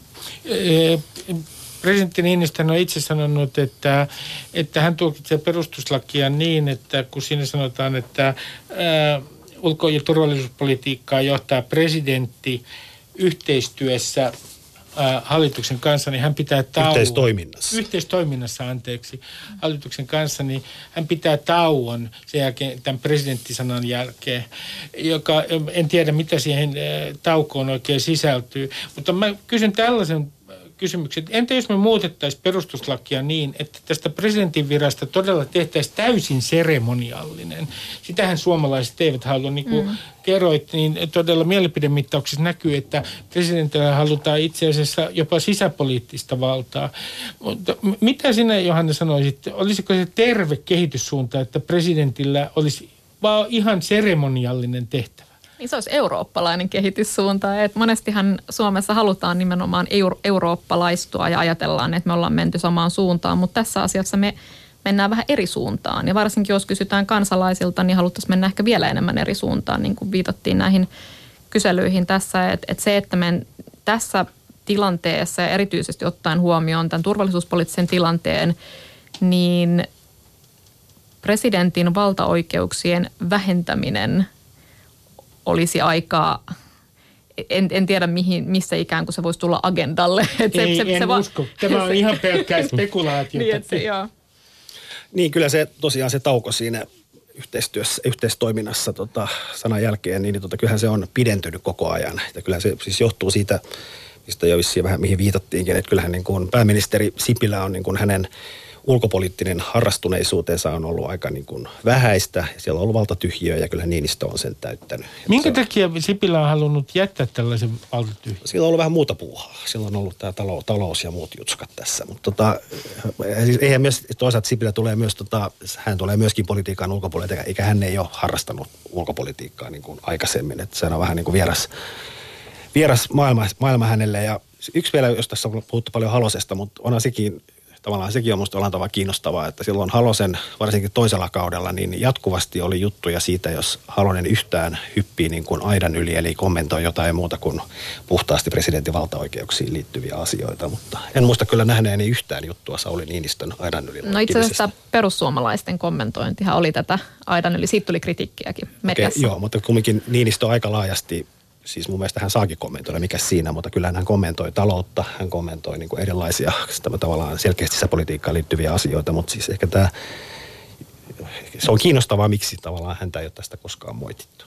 Presidentti Niinistö on itse sanonut, että hän tulkitsee perustuslakia niin, että kun siinä sanotaan, että ulko- ja turvallisuuspolitiikkaa johtaa presidentti yhteistyössä hallituksen kanssa, niin hän pitää tauon. Yhteistoiminnassa, hallituksen kanssa, niin hän pitää tauon sen jälkeen, tämän presidenttisanan jälkeen, joka en tiedä, mitä siihen taukoon oikein sisältyy. Mutta mä kysyn tällaisen kysymyksen. Entä jos me muutettaisiin perustuslakia niin, että tästä presidentin virasta todella tehtäisiin täysin seremoniallinen? Sitähän suomalaiset eivät halua, niin kuin kerroit, niin todella mielipidemittauksessa näkyy, että presidentillä halutaan itse asiassa jopa sisäpoliittista valtaa. Mutta mitä sinä, Johanna, sanoisit? Olisiko se terve kehityssuunta, että presidentillä olisi vaan ihan seremoniallinen tehtävä? Niin se olisi eurooppalainen kehityssuunta. Että monestihan Suomessa halutaan nimenomaan eurooppalaistua ja ajatellaan, että me ollaan menty samaan suuntaan, mutta tässä asiassa me mennään vähän eri suuntaan. Ja varsinkin jos kysytään kansalaisilta, niin haluttaisiin mennä ehkä vielä enemmän eri suuntaan, niin kuin viitattiin näihin kyselyihin tässä. Että se, että me tässä tilanteessa ja erityisesti ottaen huomioon tämän turvallisuuspoliittisen tilanteen, niin presidentin valtaoikeuksien vähentäminen olisi aika en tiedä missä ikään kuin se voisi tulla agendalle. En usko. Tämä on ihan pelkkää spekulaatiota. Niin, että joo. Niin, kyllä se tosiaan se tauko siinä yhteistoiminnassa sanan jälkeen, niin kyllähän se on pidentynyt koko ajan. Ja kyllähän se siis johtuu siitä, mistä jo vissiin vähän mihin viitattiinkin, että kyllähän niin kuin pääministeri Sipilä on niin kuin hänen ulkopoliittinen harrastuneisuutensa on ollut aika niin kuin vähäistä. Siellä on ollut valtatyhjiö ja kyllä Niinistö on sen täyttänyt. Minkä takia Sipilä on halunnut jättää tällaisen valtatyhjiön? Sillä on ollut vähän muuta puuhaa. Sillä on ollut tämä talous ja muut jutskat tässä. Mutta siis eihän myös, toisaalta Sipilä tulee myös, hän tulee myöskin politiikan ulkopuolelta, eikä hän ei ole harrastanut ulkopolitiikkaa niin kuin aikaisemmin. Että se on vähän niin kuin vieras maailma hänelle. Ja yksi vielä, jos tässä on puhuttu paljon Halosesta, mutta onhan sekin tavallaan sekin on musta jollain tavalla kiinnostavaa, että silloin Halosen, varsinkin toisella kaudella, niin jatkuvasti oli juttuja siitä, jos Halonen yhtään hyppii niin kuin aidan yli, eli kommentoi jotain muuta kuin puhtaasti presidentin valtaoikeuksiin liittyviä asioita. Mutta en muista kyllä nähneeni yhtään juttua Sauli Niinistön aidan yli. No itse asiassa perussuomalaisten kommentointihan oli tätä aidan yli, siitä tuli kritiikkiäkin mediassa. Joo, mutta kumminkin Niinistö aika laajasti. Siis mun mielestä hän saakin kommentoida, mikä siinä, mutta kyllä hän kommentoi taloutta, hän kommentoi niin kuin erilaisia tavallaan selkeästi sisäpolitiikkaan liittyviä asioita, mutta siis ehkä se on kiinnostavaa, miksi tavallaan häntä ei ole tästä koskaan moitittu.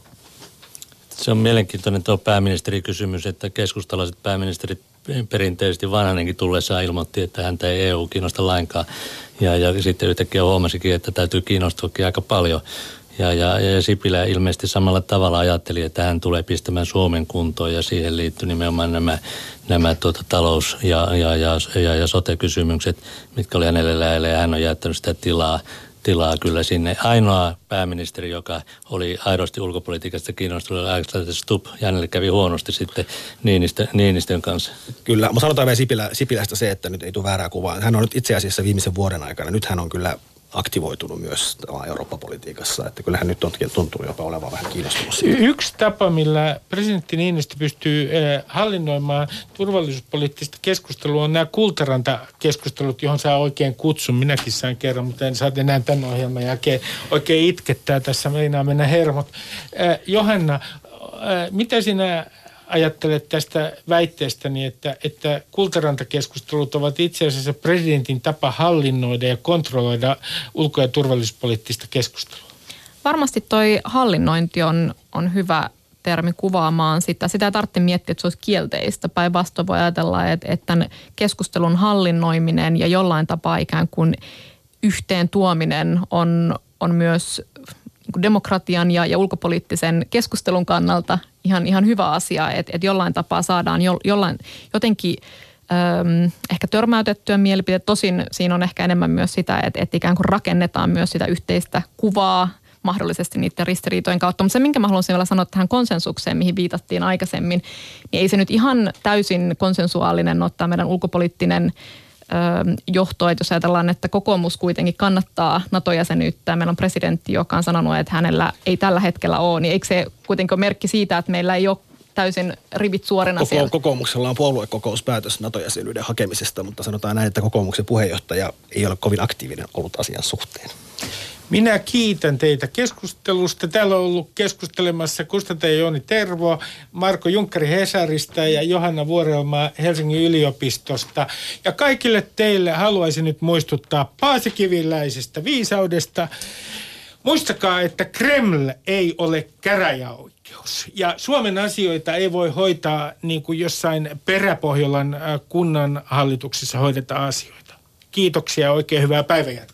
Se on mielenkiintoinen tuo pääministerikysymys, että keskustalaiset pääministerit perinteisesti Vanhanenkin tullessaan ilmoitti, että häntä ei EU kiinnosta lainkaan ja sitten yhtäkkiä huomasikin, että täytyy kiinnostuakin aika paljon. Ja Sipilä ilmeisesti samalla tavalla ajatteli, että hän tulee pistämään Suomen kuntoon ja siihen liittyy nimenomaan nämä talous- ja sote-kysymykset, mitkä oli hänelle lähellä ja hän on jättänyt sitä tilaa kyllä sinne. Ainoa pääministeri, joka oli aidosti ulkopolitiikasta kiinnostunut, oli Alexander Stubb, ja hänelle kävi huonosti sitten Niinistön kanssa. Kyllä, mutta sanotaan vielä Sipilästä se, että nyt ei tule väärää kuvaa. Hän on nyt itse asiassa viimeisen vuoden aikana, nyt hän on kyllä aktivoitunut myös Eurooppa-politiikassa, että kyllähän nyt tuntuu jopa olevan vähän kiinnostunut siitä. Yksi tapa, millä presidentti Niinistö pystyy hallinnoimaan turvallisuuspoliittista keskustelua on nämä Kultaranta-keskustelut, johon saa oikein kutsun. Minäkin sain kerran, mutta en saa enää tämän ohjelman jälkeen oikein itkettää. Tässä meinaa mennä hermot. Johanna, mitä sinä ajattelet tästä väitteestäni, että Kultaranta-keskustelut ovat itse asiassa presidentin tapa hallinnoida ja kontrolloida ulko- ja turvallisuuspoliittista keskustelua? Varmasti toi hallinnointi on hyvä termi kuvaamaan sitä. Sitä ei tarvitse miettiä, että se olisi kielteistä. Päinvastoin voi ajatella, että tämän keskustelun hallinnoiminen ja jollain tapaa ikään kuin yhteen tuominen on myös demokratian ja ulkopoliittisen keskustelun kannalta ihan hyvä asia, että jollain tapaa saadaan jotenkin ehkä törmäytettyä mielipiteet. Tosin siinä on ehkä enemmän myös sitä, että ikään kuin rakennetaan myös sitä yhteistä kuvaa mahdollisesti niiden ristiriitojen kautta. Mutta se, minkä mä haluaisin vielä sanoa tähän konsensukseen, mihin viitattiin aikaisemmin, niin ei se nyt ihan täysin konsensuaalinen ole tämä meidän ulkopoliittinen johto, että jos ajatellaan, että kokoomus kuitenkin kannattaa NATO-jäsenyyttä ja meillä on presidentti, joka on sanonut, että hänellä ei tällä hetkellä ole, niin eikö se kuitenkin ole merkki siitä, että meillä ei ole täysin rivit suorina siellä? Kokoomuksella on puoluekokouspäätös NATO-jäsenyyden hakemisesta, mutta sanotaan näin, että kokoomuksen puheenjohtaja ei ole kovin aktiivinen ollut asian suhteen. Minä kiitän teitä keskustelusta. Täällä on ollut keskustelemassa Kustantaja Jouni Tervo, Marko Junkkari Hesarista ja Johanna Vuorelma Helsingin yliopistosta. Ja kaikille teille haluaisin nyt muistuttaa paasikiviläisestä viisaudesta. Muistakaa, että Kreml ei ole käräjäoikeus. Ja Suomen asioita ei voi hoitaa niin kuin jossain Peräpohjolan kunnan hallituksissa hoidetaan asioita. Kiitoksia ja oikein hyvää päivänjatkoa.